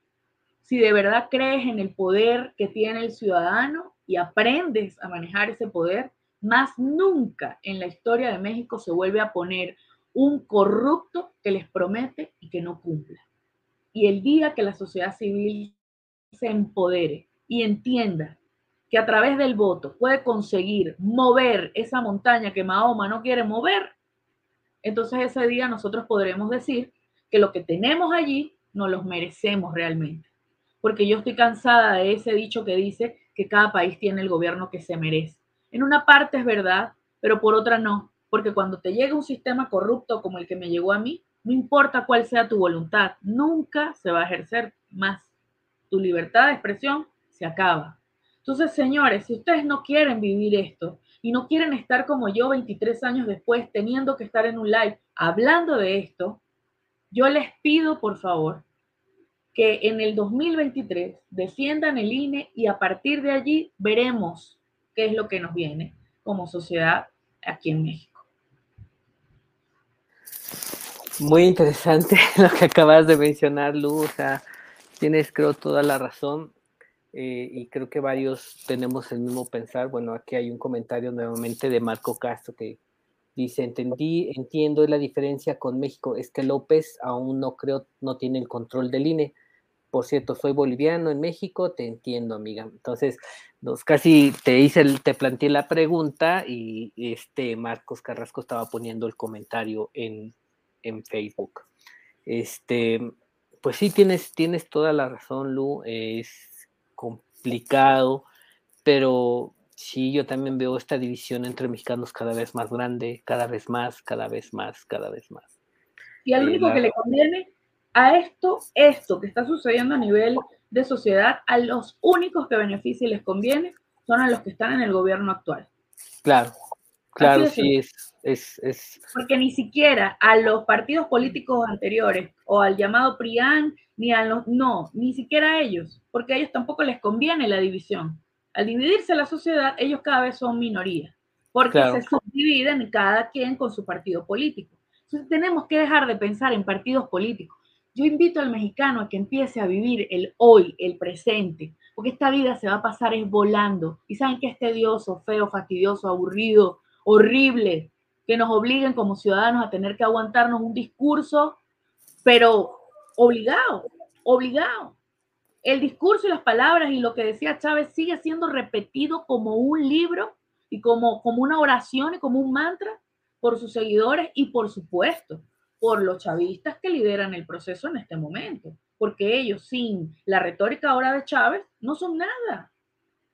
Si de verdad crees en el poder que tiene el ciudadano y aprendes a manejar ese poder, más nunca en la historia de México se vuelve a poner un corrupto que les promete y que no cumple. Y el día que la sociedad civil se empodere y entienda que a través del voto puede conseguir mover esa montaña que Mahoma no quiere mover, entonces ese día nosotros podremos decir que lo que tenemos allí nos los merecemos realmente. Porque yo estoy cansada de ese dicho que dice que cada país tiene el gobierno que se merece. En una parte es verdad, pero por otra no. Porque cuando te llega un sistema corrupto como el que me llegó a mí, no importa cuál sea tu voluntad, nunca se va a ejercer más. Tu libertad de expresión se acaba. Entonces, señores, si ustedes no quieren vivir esto y no quieren estar como yo veintitrés años después teniendo que estar en un live hablando de esto, yo les pido, por favor, que en el dos mil veintitrés defiendan el I N E y a partir de allí veremos qué es lo que nos viene como sociedad aquí en México. Muy interesante lo que acabas de mencionar, Lu, o sea, tienes creo toda la razón eh, y creo que varios tenemos el mismo pensar. Bueno, aquí hay un comentario nuevamente de Marco Castro que dice, entendí, entiendo la diferencia con México, es que López aún no creo, no tiene el control del I N E. Por cierto, soy boliviano en México, te entiendo, amiga. Entonces, nos casi te hice, el, te planteé la pregunta y este Marcos Carrasco estaba poniendo el comentario en, en Facebook. Este, pues sí, tienes, tienes toda la razón, Lu, es complicado, pero sí, yo también veo esta división entre mexicanos cada vez más grande, cada vez más, cada vez más, cada vez más. Y al único eh, la... que le conviene a esto, esto que está sucediendo a nivel de sociedad, a los únicos que beneficia y les conviene son a los que están en el gobierno actual. Claro, claro, sí, es, es, es... Porque ni siquiera a los partidos políticos anteriores o al llamado P R I A N, ni a los, no, ni siquiera a ellos, porque a ellos tampoco les conviene la división. Al dividirse la sociedad, ellos cada vez son minoría, porque claro. se subdividen cada quien con su partido político. Entonces tenemos que dejar de pensar en partidos políticos. Yo invito al mexicano a que empiece a vivir el hoy, el presente, porque esta vida se va a pasar es volando. Y saben que es tedioso, feo, fastidioso, aburrido, horrible, que nos obliguen como ciudadanos a tener que aguantarnos un discurso, pero obligado, obligado. El discurso y las palabras y lo que decía Chávez sigue siendo repetido como un libro y como, como una oración y como un mantra por sus seguidores y por supuesto por los chavistas que lideran el proceso en este momento, porque ellos sin la retórica ahora de Chávez no son nada.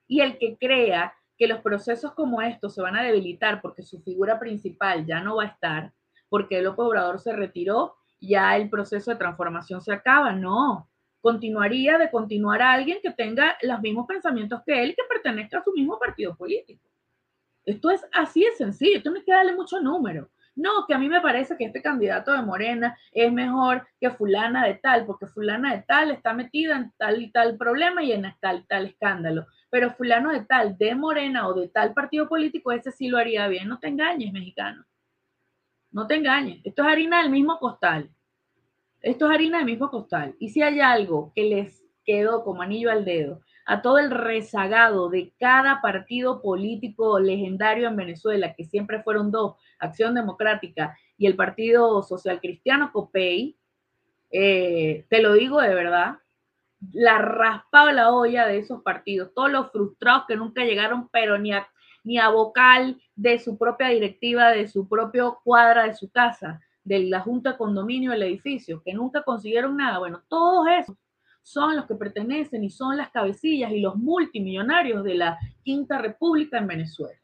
Y el que crea que los procesos como estos se van a debilitar porque su figura principal ya no va a estar, porque López Obrador se retiró, ya el proceso de transformación se acaba. No, continuaría de continuar a alguien que tenga los mismos pensamientos que él y que pertenezca a su mismo partido político. Esto es así de sencillo, esto no hay que darle mucho número. No, que a mí me parece que este candidato de Morena es mejor que fulana de tal, porque fulana de tal está metida en tal y tal problema y en tal y tal escándalo. Pero fulano de tal, de Morena o de tal partido político, ese sí lo haría bien. No te engañes, mexicano. No te engañes. Esto es harina del mismo costal. Esto es harina del mismo costal. Y si hay algo que les quedó como anillo al dedo a todo el rezagado de cada partido político legendario en Venezuela, que siempre fueron dos, Acción Democrática y el Partido Social Cristiano COPEI, eh, te lo digo de verdad, la raspaba la olla de esos partidos, todos los frustrados que nunca llegaron, pero ni a, ni a vocal de su propia directiva, de su propio cuadra de su casa, de la junta de condominio del edificio, que nunca consiguieron nada. Bueno, todos esos son los que pertenecen y son las cabecillas y los multimillonarios de la Quinta República en Venezuela.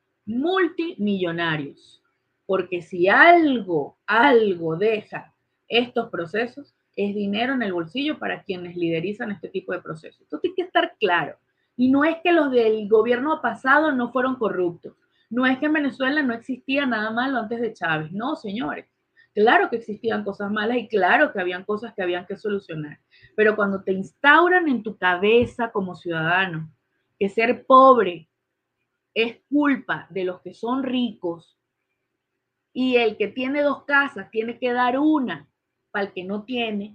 Multimillonarios. Porque si algo, algo deja estos procesos, es dinero en el bolsillo para quienes liderizan este tipo de procesos. Esto tiene que estar claro. Y no es que los del gobierno pasado no fueron corruptos. No es que en Venezuela no existía nada malo antes de Chávez. No, señores. Claro que existían cosas malas y claro que habían cosas que habían que solucionar. Pero cuando te instauran en tu cabeza como ciudadano que ser pobre es culpa de los que son ricos y el que tiene dos casas tiene que dar una para el que no tiene,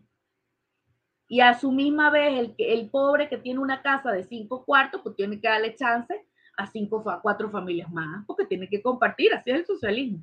y a su misma vez el, el pobre que tiene una casa de cinco cuartos, pues tiene que darle chance a cinco, a cuatro familias más, porque tiene que compartir, así es el socialismo.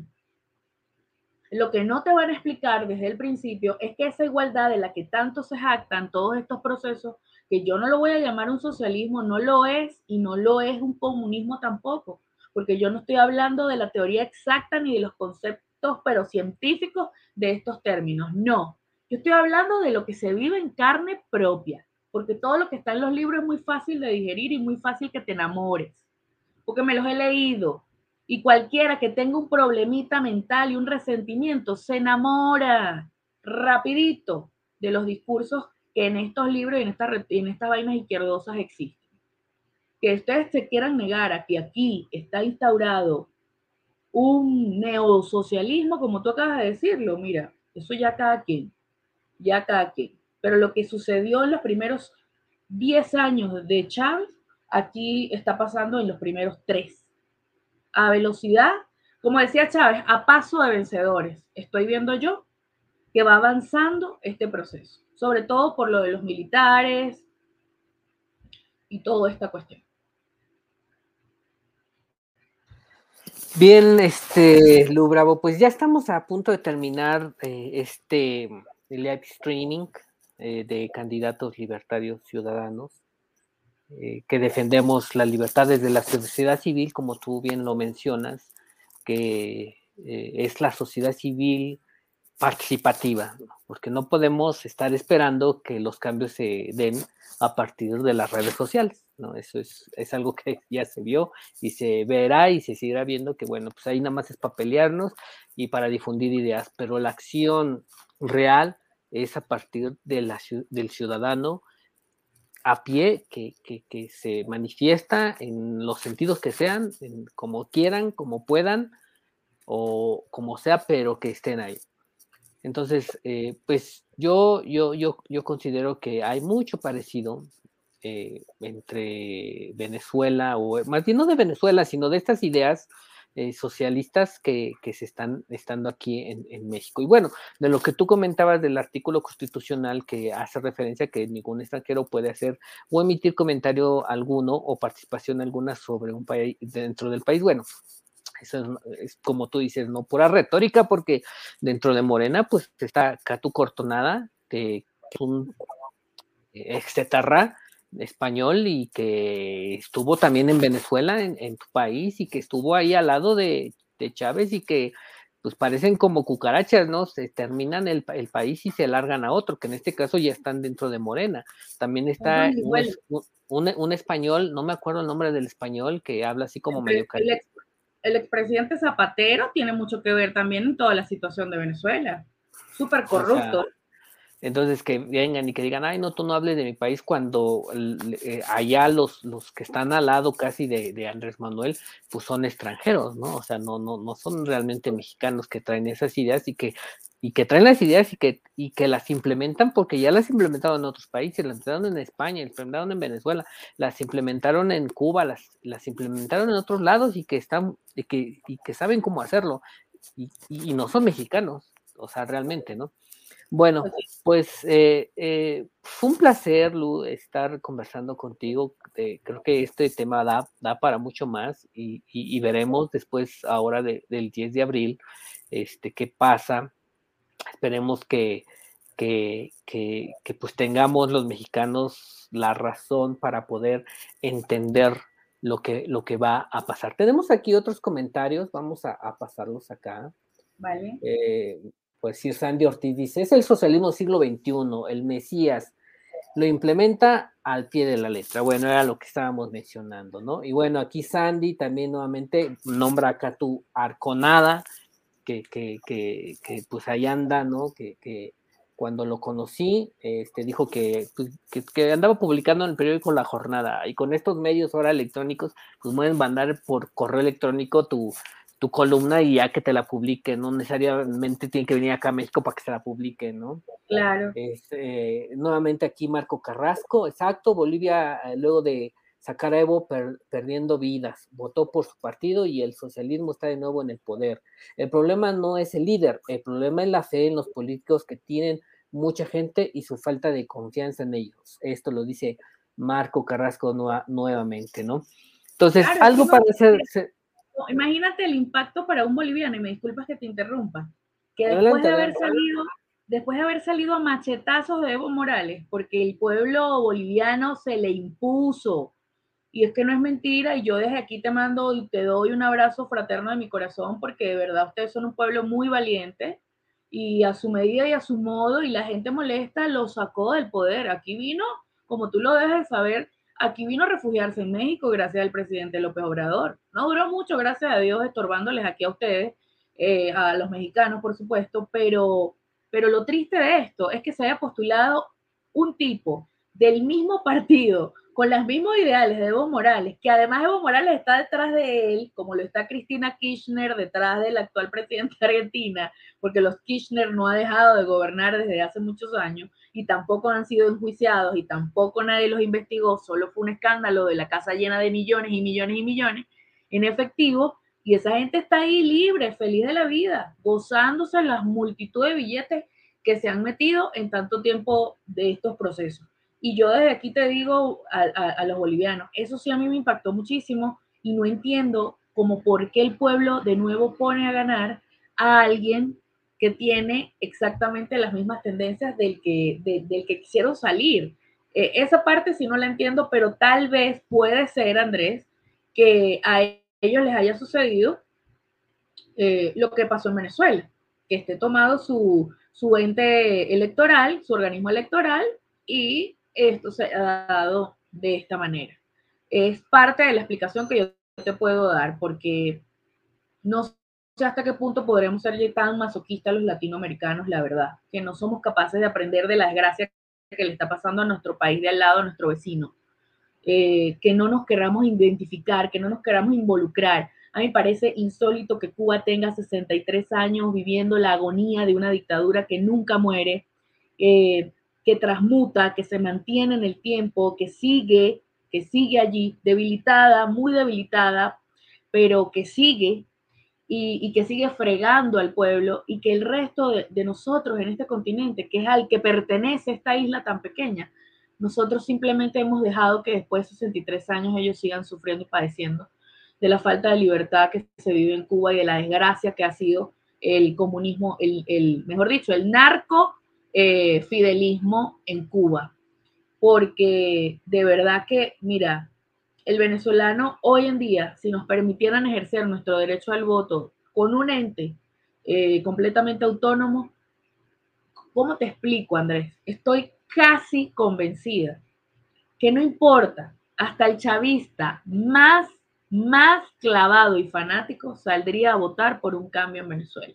Lo que no te van a explicar desde el principio es que esa igualdad de la que tanto se jactan todos estos procesos, que yo no lo voy a llamar un socialismo, no lo es, y no lo es un comunismo tampoco, porque yo no estoy hablando de la teoría exacta ni de los conceptos, pero científicos de estos términos, no. Yo estoy hablando de lo que se vive en carne propia, porque todo lo que está en los libros es muy fácil de digerir y muy fácil que te enamores, porque me los he leído. Y cualquiera que tenga un problemita mental y un resentimiento se enamora rapidito de los discursos que en estos libros y en, esta, en estas vainas izquierdosas existen. Que ustedes se quieran negar a que aquí está instaurado un neosocialismo, como tú acabas de decirlo, mira, eso ya cada quien, ya cada quien. Pero lo que sucedió en los primeros diez años de Chávez, aquí está pasando en los primeros tres. A velocidad, como decía Chávez, a paso de vencedores. Estoy viendo yo que va avanzando este proceso, sobre todo por lo de los militares y toda esta cuestión. Bien, este, Lu Bravo, pues ya estamos a punto de terminar eh, este live streaming eh, de candidatos libertarios ciudadanos eh, que defendemos las libertades de la sociedad civil, como tú bien lo mencionas, que eh, es la sociedad civil participativa, ¿no? Porque no podemos estar esperando que los cambios se den a partir de las redes sociales, ¿no? Eso es, es algo que ya se vio y se verá y se seguirá viendo que, bueno, pues ahí nada más es para pelearnos y para difundir ideas, pero la acción real es a partir de la, del ciudadano a pie que, que, que se manifiesta en los sentidos que sean, en, como quieran, como puedan o como sea, pero que estén ahí. Entonces, eh, pues yo, yo, yo, yo considero que hay mucho parecido eh, entre Venezuela, o más bien no de Venezuela, sino de estas ideas eh, socialistas que, que se están estando aquí en, en México. Y bueno, de lo que tú comentabas del artículo constitucional que hace referencia a que ningún extranjero puede hacer o emitir comentario alguno o participación alguna sobre un país dentro del país, bueno, eso es, es como tú dices, no pura retórica, porque dentro de Morena, pues está Catu Cortonada, que es un excetarra español y que estuvo también en Venezuela, en, en tu país, y que estuvo ahí al lado de, de Chávez y que pues parecen como cucarachas, ¿no? Se terminan el, el país y se largan a otro, que en este caso ya están dentro de Morena. También Son está un, sanguijuelas. un, un, un español, no me acuerdo el nombre del español, que habla así como El, medio el, caribe. ex, el expresidente Zapatero tiene mucho que ver también en toda la situación de Venezuela. Súper O sea, corrupto. entonces que vengan y que digan, ay, no, tú no hables de mi país cuando eh, allá los, los que están al lado casi de, de Andrés Manuel, pues son extranjeros, ¿no? O sea, no, no, no son realmente mexicanos que traen esas ideas y que, y que traen las ideas y que, y que las implementan porque ya las implementaron en otros países, las implementaron en España, las implementaron en Venezuela, las implementaron en Cuba, las, las implementaron en otros lados y que están, y que, y que saben cómo hacerlo, y, y no son mexicanos, o sea, realmente, ¿no? Bueno, pues eh, eh, fue un placer, Lu, estar conversando contigo. Eh, creo que este tema da, da para mucho más y, y, y veremos después, ahora de, del diez de abril, este, qué pasa. Esperemos que, que, que, que pues tengamos los mexicanos la razón para poder entender lo que, lo que va a pasar. Tenemos aquí otros comentarios, vamos a, a pasarlos acá. Vale. Eh, pues sí, Sandy Ortiz dice, es el socialismo siglo veintiuno, el Mesías lo implementa al pie de la letra. Bueno, era lo que estábamos mencionando, ¿no? Y bueno, aquí Sandy también nuevamente nombra acá tu Arconada, que, que, que, que pues ahí anda, ¿no? Que, que cuando lo conocí, este, dijo que, pues, que, que andaba publicando en el periódico La Jornada, y con estos medios ahora electrónicos, pues pueden mandar por correo electrónico tu, tu columna y ya que te la publique, no necesariamente tiene que venir acá a México para que se la publique, ¿no? Claro. Es, eh, nuevamente aquí Marco Carrasco, exacto, Bolivia eh, luego de sacar a Evo per, perdiendo vidas, votó por su partido y el socialismo está de nuevo en el poder. El problema no es el líder, el problema es la fe en los políticos que tienen mucha gente y su falta de confianza en ellos. Esto lo dice Marco Carrasco nueva, nuevamente, ¿no? Entonces, Claro, es que algo para hacer... imagínate el impacto para un boliviano, y me disculpas que te interrumpa, que después Adelante, de haber adelante. salido, después de haber salido a machetazos de Evo Morales, porque el pueblo boliviano se le impuso, y es que no es mentira, y yo desde aquí te mando y te doy un abrazo fraterno de mi corazón, porque de verdad ustedes son un pueblo muy valiente, y a su medida y a su modo, y la gente molesta lo sacó del poder. Aquí vino, como tú lo debes de saber, aquí vino a refugiarse en México gracias al presidente López Obrador. No duró mucho, gracias a Dios, estorbándoles aquí a ustedes, eh, a los mexicanos, por supuesto, pero, pero lo triste de esto es que se haya postulado un tipo del mismo partido, con los mismos ideales de Evo Morales, que además Evo Morales está detrás de él, como lo está Cristina Kirchner detrás del actual presidente de Argentina, porque los Kirchner no ha dejado de gobernar desde hace muchos años y tampoco han sido enjuiciados y tampoco nadie los investigó, solo fue un escándalo de la casa llena de millones y millones y millones en efectivo, y esa gente está ahí libre, feliz de la vida, gozándose las multitud de billetes que se han metido en tanto tiempo de estos procesos. Y yo desde aquí te digo a, a, a los bolivianos, eso sí a mí me impactó muchísimo y no entiendo como por qué el pueblo de nuevo pone a ganar a alguien que tiene exactamente las mismas tendencias del que, de, del que quisieron salir. Eh, esa parte sí no la entiendo, pero tal vez puede ser, Andrés, que a ellos les haya sucedido eh, lo que pasó en Venezuela, que esté tomado su, su ente electoral, su organismo electoral, y esto se ha dado de esta manera. Es parte de la explicación que yo te puedo dar, porque no sé hasta qué punto podremos ser tan masoquistas los latinoamericanos, la verdad, que no somos capaces de aprender de la desgracia que le está pasando a nuestro país de al lado, a nuestro vecino. Eh, que no nos queramos identificar, que no nos queramos involucrar. A mí me parece insólito que Cuba tenga sesenta y tres años viviendo la agonía de una dictadura que nunca muere, eh, que transmuta, que se mantiene en el tiempo, que sigue, que sigue allí, debilitada, muy debilitada, pero que sigue y, y que sigue fregando al pueblo, y que el resto de, de nosotros en este continente, que es al que pertenece esta isla tan pequeña, nosotros simplemente hemos dejado que después de sesenta y tres años ellos sigan sufriendo y padeciendo de la falta de libertad que se vive en Cuba y de la desgracia que ha sido el comunismo, el, el mejor dicho, el narco eh, fidelismo en Cuba. Porque de verdad que, mira, el venezolano hoy en día, si nos permitieran ejercer nuestro derecho al voto con un ente eh, completamente autónomo. ¿Cómo te explico, Andrés? Estoy casi convencida que no importa, hasta el chavista más, más clavado y fanático saldría a votar por un cambio en Venezuela.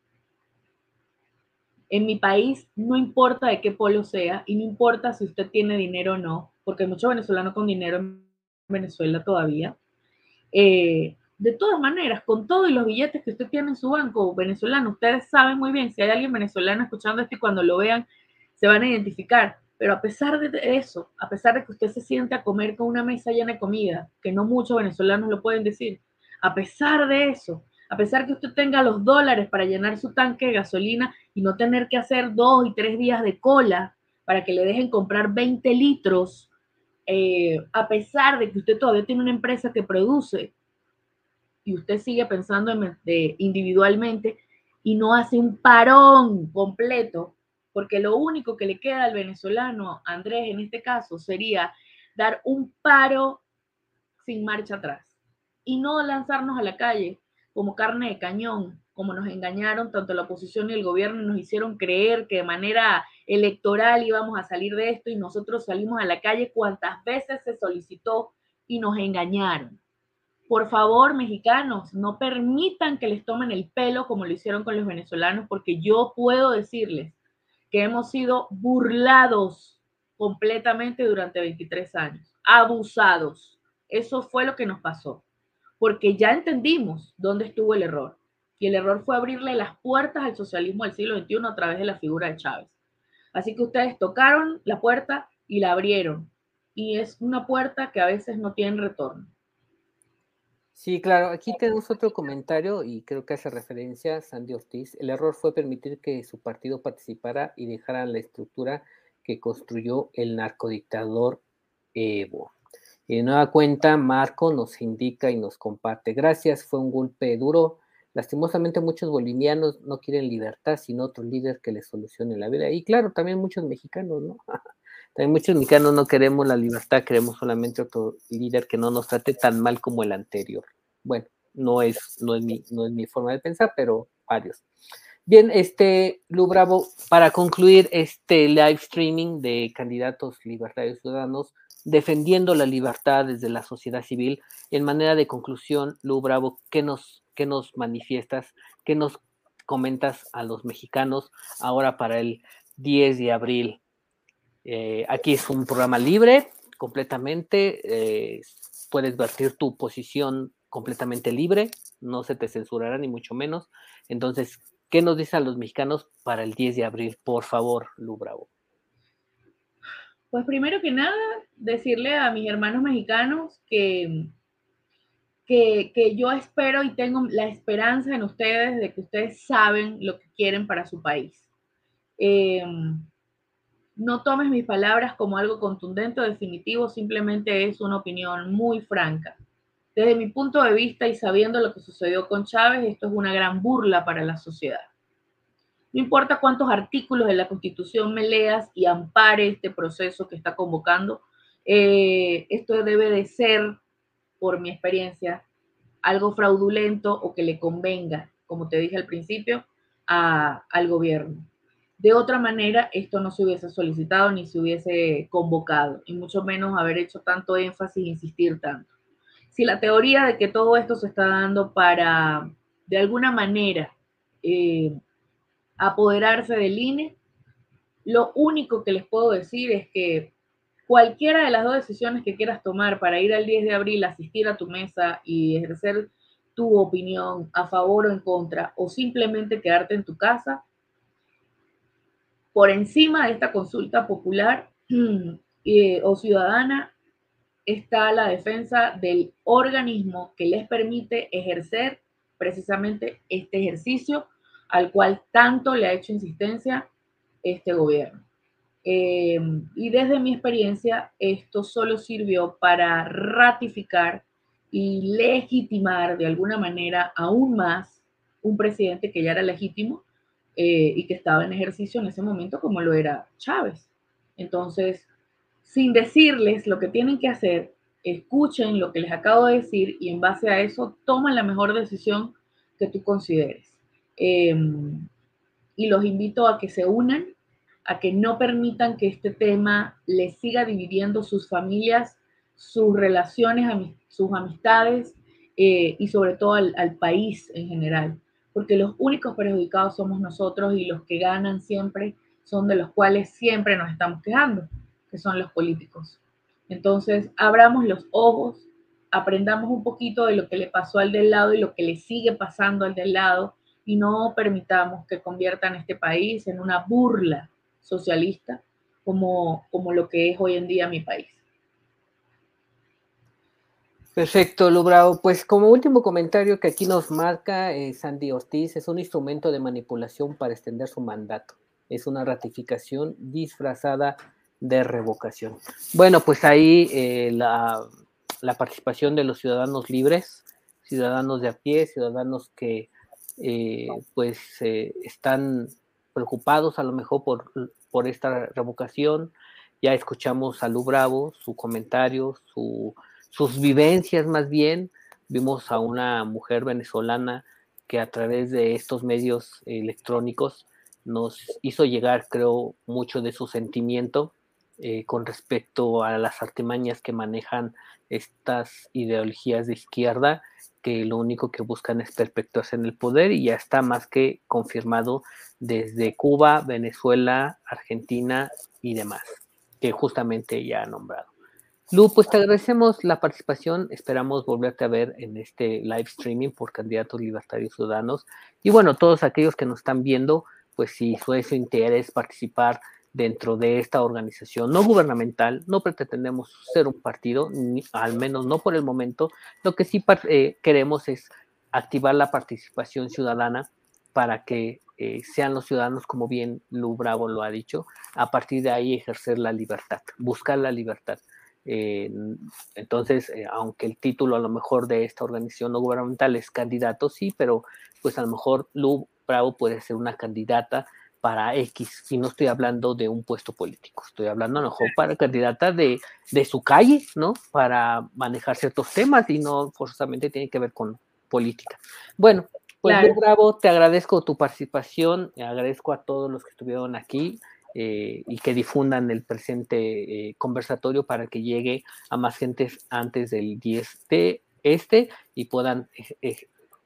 En mi país no importa de qué polo sea y no importa si usted tiene dinero o no, porque hay muchos venezolanos con dinero en Venezuela todavía. Eh, de todas maneras, con todos los billetes que usted tiene en su banco venezolano, ustedes saben muy bien, si hay alguien venezolano escuchando esto y cuando lo vean se van a identificar, pero a pesar de eso, a pesar de que usted se siente a comer con una mesa llena de comida, que no muchos venezolanos lo pueden decir, a pesar de eso, a pesar que usted tenga los dólares para llenar su tanque de gasolina y no tener que hacer dos y tres días de cola para que le dejen comprar veinte litros, eh, a pesar de que usted todavía tiene una empresa que produce y usted sigue pensando en, de, individualmente y no hace un parón completo, porque lo único que le queda al venezolano, Andrés, en este caso, sería dar un paro sin marcha atrás y no lanzarnos a la calle como carne de cañón, como nos engañaron tanto la oposición y el gobierno y nos hicieron creer que de manera electoral íbamos a salir de esto y nosotros salimos a la calle cuantas veces se solicitó y nos engañaron. Por favor, mexicanos, no permitan que les tomen el pelo como lo hicieron con los venezolanos, porque yo puedo decirles que hemos sido burlados completamente durante veintitrés años, abusados. Eso fue lo que nos pasó, porque ya entendimos dónde estuvo el error. Y el error fue abrirle las puertas al socialismo del siglo veintiuno a través de la figura de Chávez. Así que ustedes tocaron la puerta y la abrieron. Y es una puerta que a veces no tiene retorno. Sí, claro, aquí tenemos otro comentario y creo que hace referencia a Sandy Ortiz. El error fue permitir que su partido participara y dejara la estructura que construyó el narcodictador Evo. Y de nueva cuenta, Marco nos indica y nos comparte. Gracias, fue un golpe duro. Lastimosamente muchos bolivianos no quieren libertad, sino otro líder que les solucione la vida. Y claro, también muchos mexicanos, ¿no? También muchos mexicanos no queremos la libertad, queremos solamente otro líder que no nos trate tan mal como el anterior. Bueno, no es, no es, mi, no es mi forma de pensar, pero varios. Bien, este, Lu Bravo, para concluir este live streaming de candidatos libertarios ciudadanos defendiendo la libertad desde la sociedad civil, en manera de conclusión, Lu Bravo, ¿qué nos, qué nos manifiestas, qué nos comentas a los mexicanos ahora para el diez de abril? Eh, aquí es un programa libre, completamente, eh, puedes vertir tu posición completamente libre, no se te censurará ni mucho menos. Entonces, ¿qué nos dicen los mexicanos para el diez de abril? Por favor, Lu Bravo. Pues primero que nada, decirle a mis hermanos mexicanos que, que, que yo espero y tengo la esperanza en ustedes de que ustedes saben lo que quieren para su país. Eh, no tomes mis palabras como algo contundente o definitivo, simplemente es una opinión muy franca. Desde mi punto de vista y sabiendo lo que sucedió con Chávez, esto es una gran burla para la sociedad. No importa cuántos artículos de la Constitución me leas y ampare este proceso que está convocando, eh, esto debe de ser, por mi experiencia, algo fraudulento o que le convenga, como te dije al principio, a, al gobierno. De otra manera, esto no se hubiese solicitado ni se hubiese convocado, y mucho menos haber hecho tanto énfasis e insistir tanto. Si la teoría de que todo esto se está dando para, de alguna manera, eh, apoderarse del I N E, lo único que les puedo decir es que cualquiera de las dos decisiones que quieras tomar para ir al diez de abril, asistir a tu mesa y ejercer tu opinión a favor o en contra, o simplemente quedarte en tu casa, por encima de esta consulta popular eh, o ciudadana está la defensa del organismo que les permite ejercer precisamente este ejercicio al cual tanto le ha hecho insistencia este gobierno. Eh, y desde mi experiencia, esto solo sirvió para ratificar y legitimar de alguna manera aún más un presidente que ya era legítimo eh, y que estaba en ejercicio en ese momento como lo era Chávez. Entonces, sin decirles lo que tienen que hacer, escuchen lo que les acabo de decir y en base a eso toman la mejor decisión que tú consideres. eh, y los invito a que se unan, a que no permitan que este tema les siga dividiendo sus familias, sus relaciones, sus amistades eh, y sobre todo al, al país en general, porque los únicos perjudicados somos nosotros y los que ganan siempre son de los cuales siempre nos estamos quejando, que son los políticos. Entonces, abramos los ojos, aprendamos un poquito de lo que le pasó al del lado y lo que le sigue pasando al del lado, y no permitamos que conviertan este país en una burla socialista como, como lo que es hoy en día mi país. Perfecto, Lu Bravo. Pues como último comentario que aquí nos marca eh, Sandy Ortiz, es un instrumento de manipulación para extender su mandato. Es una ratificación disfrazada de revocación. Bueno, pues ahí eh, la, la participación de los ciudadanos libres, ciudadanos de a pie, ciudadanos que eh, pues eh, están preocupados a lo mejor por, por esta revocación. Ya escuchamos a Lu Bravo, su comentario, su, sus vivencias más bien. Vimos a una mujer venezolana que a través de estos medios electrónicos nos hizo llegar, creo, mucho de su sentimiento eh, con respecto a las artimañas que manejan estas ideologías de izquierda, que lo único que buscan es perpetuarse en el poder, y ya está más que confirmado desde Cuba, Venezuela, Argentina y demás, que justamente ya ha nombrado. Lu, pues te agradecemos la participación, esperamos volverte a ver en este live streaming por Candidatos Libertarios Ciudadanos, y bueno, todos aquellos que nos están viendo, pues si fue su interés participar dentro de esta organización no gubernamental, no pretendemos ser un partido, ni, al menos no por el momento. Lo que sí eh, queremos es activar la participación ciudadana para que eh, sean los ciudadanos, como bien Lu Bravo lo ha dicho, a partir de ahí ejercer la libertad, buscar la libertad. Eh, entonces, eh, aunque el título a lo mejor de esta organización no gubernamental es candidato, sí, pero pues a lo mejor Lu Bravo puede ser una candidata para X, y no estoy hablando de un puesto político, estoy hablando a lo mejor para candidata de, de su calle, ¿no? Para manejar ciertos temas y no forzosamente tiene que ver con política. Bueno, pues claro. Lu Bravo, te agradezco tu participación, agradezco a todos los que estuvieron aquí eh, y que difundan el presente eh, conversatorio para que llegue a más gente antes del diez de este y puedan eh,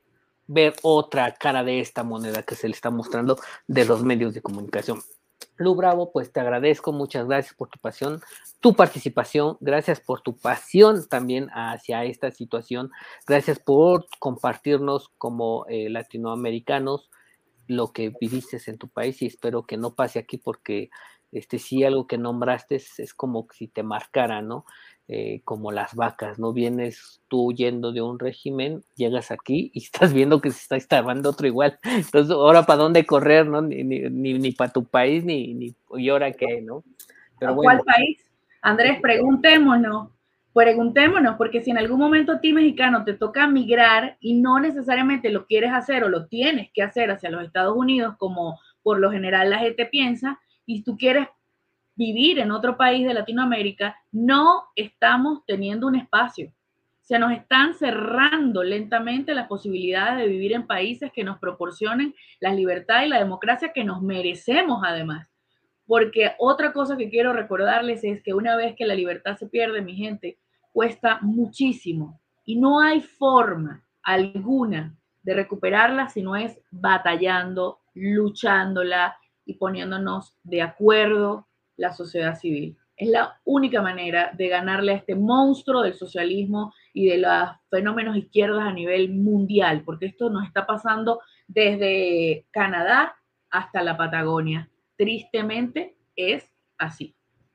ver otra cara de esta moneda que se le está mostrando de los medios de comunicación. Lu Bravo, pues te agradezco, muchas gracias por tu pasión, tu participación, gracias por tu pasión también hacia esta situación, gracias por compartirnos como eh, latinoamericanos lo que viviste en tu país, y espero que no pase aquí, porque este sí, algo que nombraste es, es como si te marcara, ¿no? Eh, como las vacas, ¿no? Vienes tú huyendo de un régimen, llegas aquí y estás viendo que se está instalando otro igual. Entonces, ahora para dónde correr, ¿no? Ni, ni, ni, ni para tu país, ni, ni y ahora qué, ¿no? Pero bueno. ¿Cuál país? Andrés, preguntémonos, preguntémonos, porque si en algún momento a ti, mexicano, te toca migrar y no necesariamente lo quieres hacer o lo tienes que hacer hacia los Estados Unidos, como por lo general la gente piensa, y tú quieres vivir en otro país de Latinoamérica, no estamos teniendo un espacio. Se nos están cerrando lentamente las posibilidades de vivir en países que nos proporcionen la libertad y la democracia que nos merecemos, además. Porque otra cosa que quiero recordarles es que una vez que la libertad se pierde, mi gente, cuesta muchísimo y no hay forma alguna de recuperarla si no es batallando, luchándola y poniéndonos de acuerdo la sociedad civil. Es la única manera de ganarle a este monstruo del socialismo y de los fenómenos izquierdas a nivel mundial, porque esto nos está pasando desde Canadá hasta la Patagonia. Tristemente es así.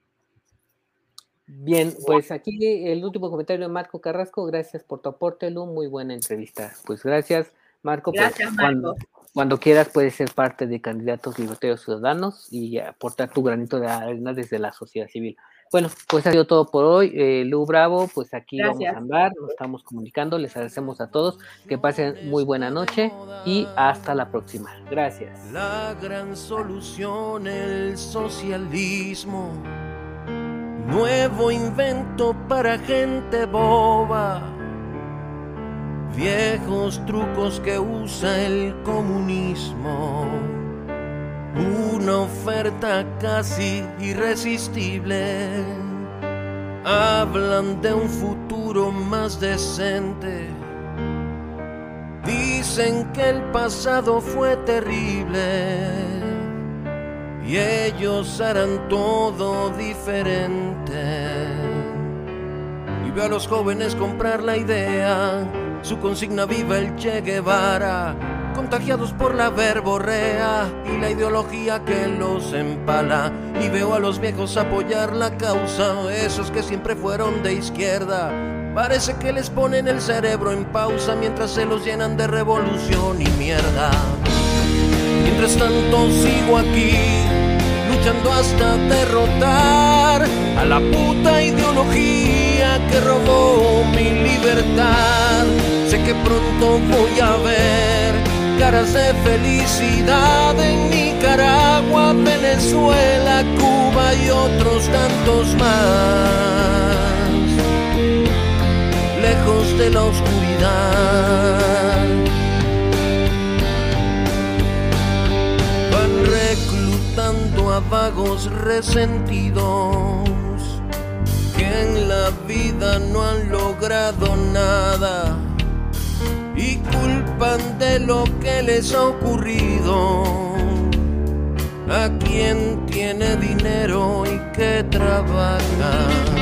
Bien, pues aquí el último comentario de Marco Carrasco. Gracias por tu aporte, Lu, muy buena entrevista. Pues gracias, Marco. Gracias, pues, Marco. Cuando, cuando quieras puedes ser parte de Candidatos Libertarios Ciudadanos y aportar tu granito de arena desde la sociedad civil. Bueno, pues ha sido todo por hoy. Eh, Lu Bravo, pues aquí Gracias. Vamos a andar, nos estamos comunicando, les agradecemos a todos, que pasen muy buena noche y hasta la próxima. Gracias. La gran solución, el socialismo, nuevo invento para gente boba, viejos trucos que usa el comunismo como una oferta casi irresistible. Hablan de un futuro más decente. Dicen que el pasado fue terrible y ellos harán todo diferente. Y veo a los jóvenes comprar la idea, su consigna viva el Che Guevara, contagiados por la verborrea y la ideología que los empala. Y veo a los viejos apoyar la causa, esos que siempre fueron de izquierda. Parece que les ponen el cerebro en pausa mientras se los llenan de revolución y mierda. Mientras tanto sigo aquí, luchando hasta derrotar a la puta ideología que robó mi libertad. Sé que pronto voy a ver caras de felicidad en Nicaragua, Venezuela, Cuba y otros tantos más, lejos de la oscuridad. Van reclutando a vagos resentidos que en la vida no han logrado nada y culpan de lo que les ha ocurrido a quien tiene dinero y que trabaja.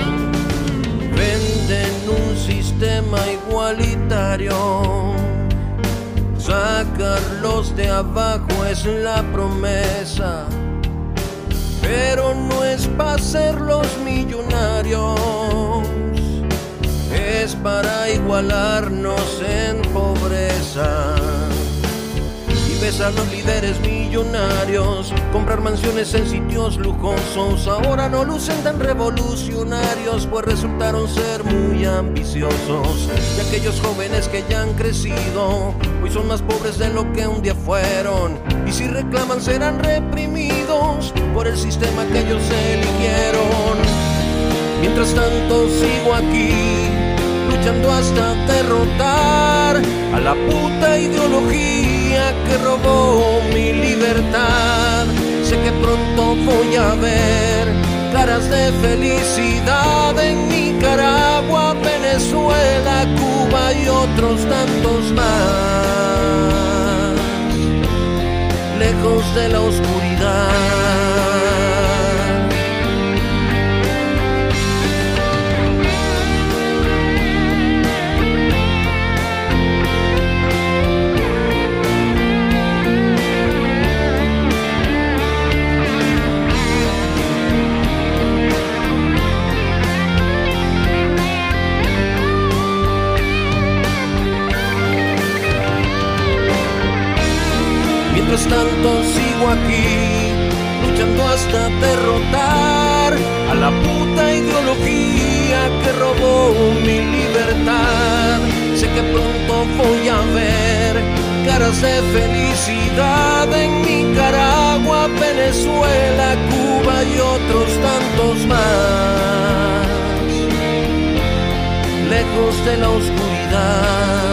Venden un sistema igualitario, sacarlos de abajo es la promesa, pero no es para hacerlos millonarios, es para igualarnos en pobreza. Y ves a los líderes millonarios comprar mansiones en sitios lujosos, ahora no lucen tan revolucionarios, pues resultaron ser muy ambiciosos. Y aquellos jóvenes que ya han crecido hoy son más pobres de lo que un día fueron, y si reclaman serán reprimidos por el sistema que ellos eligieron. Mientras tanto sigo aquí, luchando hasta derrotar a la puta ideología que robó mi libertad. Sé que pronto voy a ver caras de felicidad en Nicaragua, Venezuela, Cuba y otros tantos más, lejos de la oscuridad. Mientras tanto sigo aquí, luchando hasta derrotar a la puta ideología que robó mi libertad. Sé que pronto voy a ver caras de felicidad en Nicaragua, Venezuela, Cuba y otros tantos más, lejos de la oscuridad.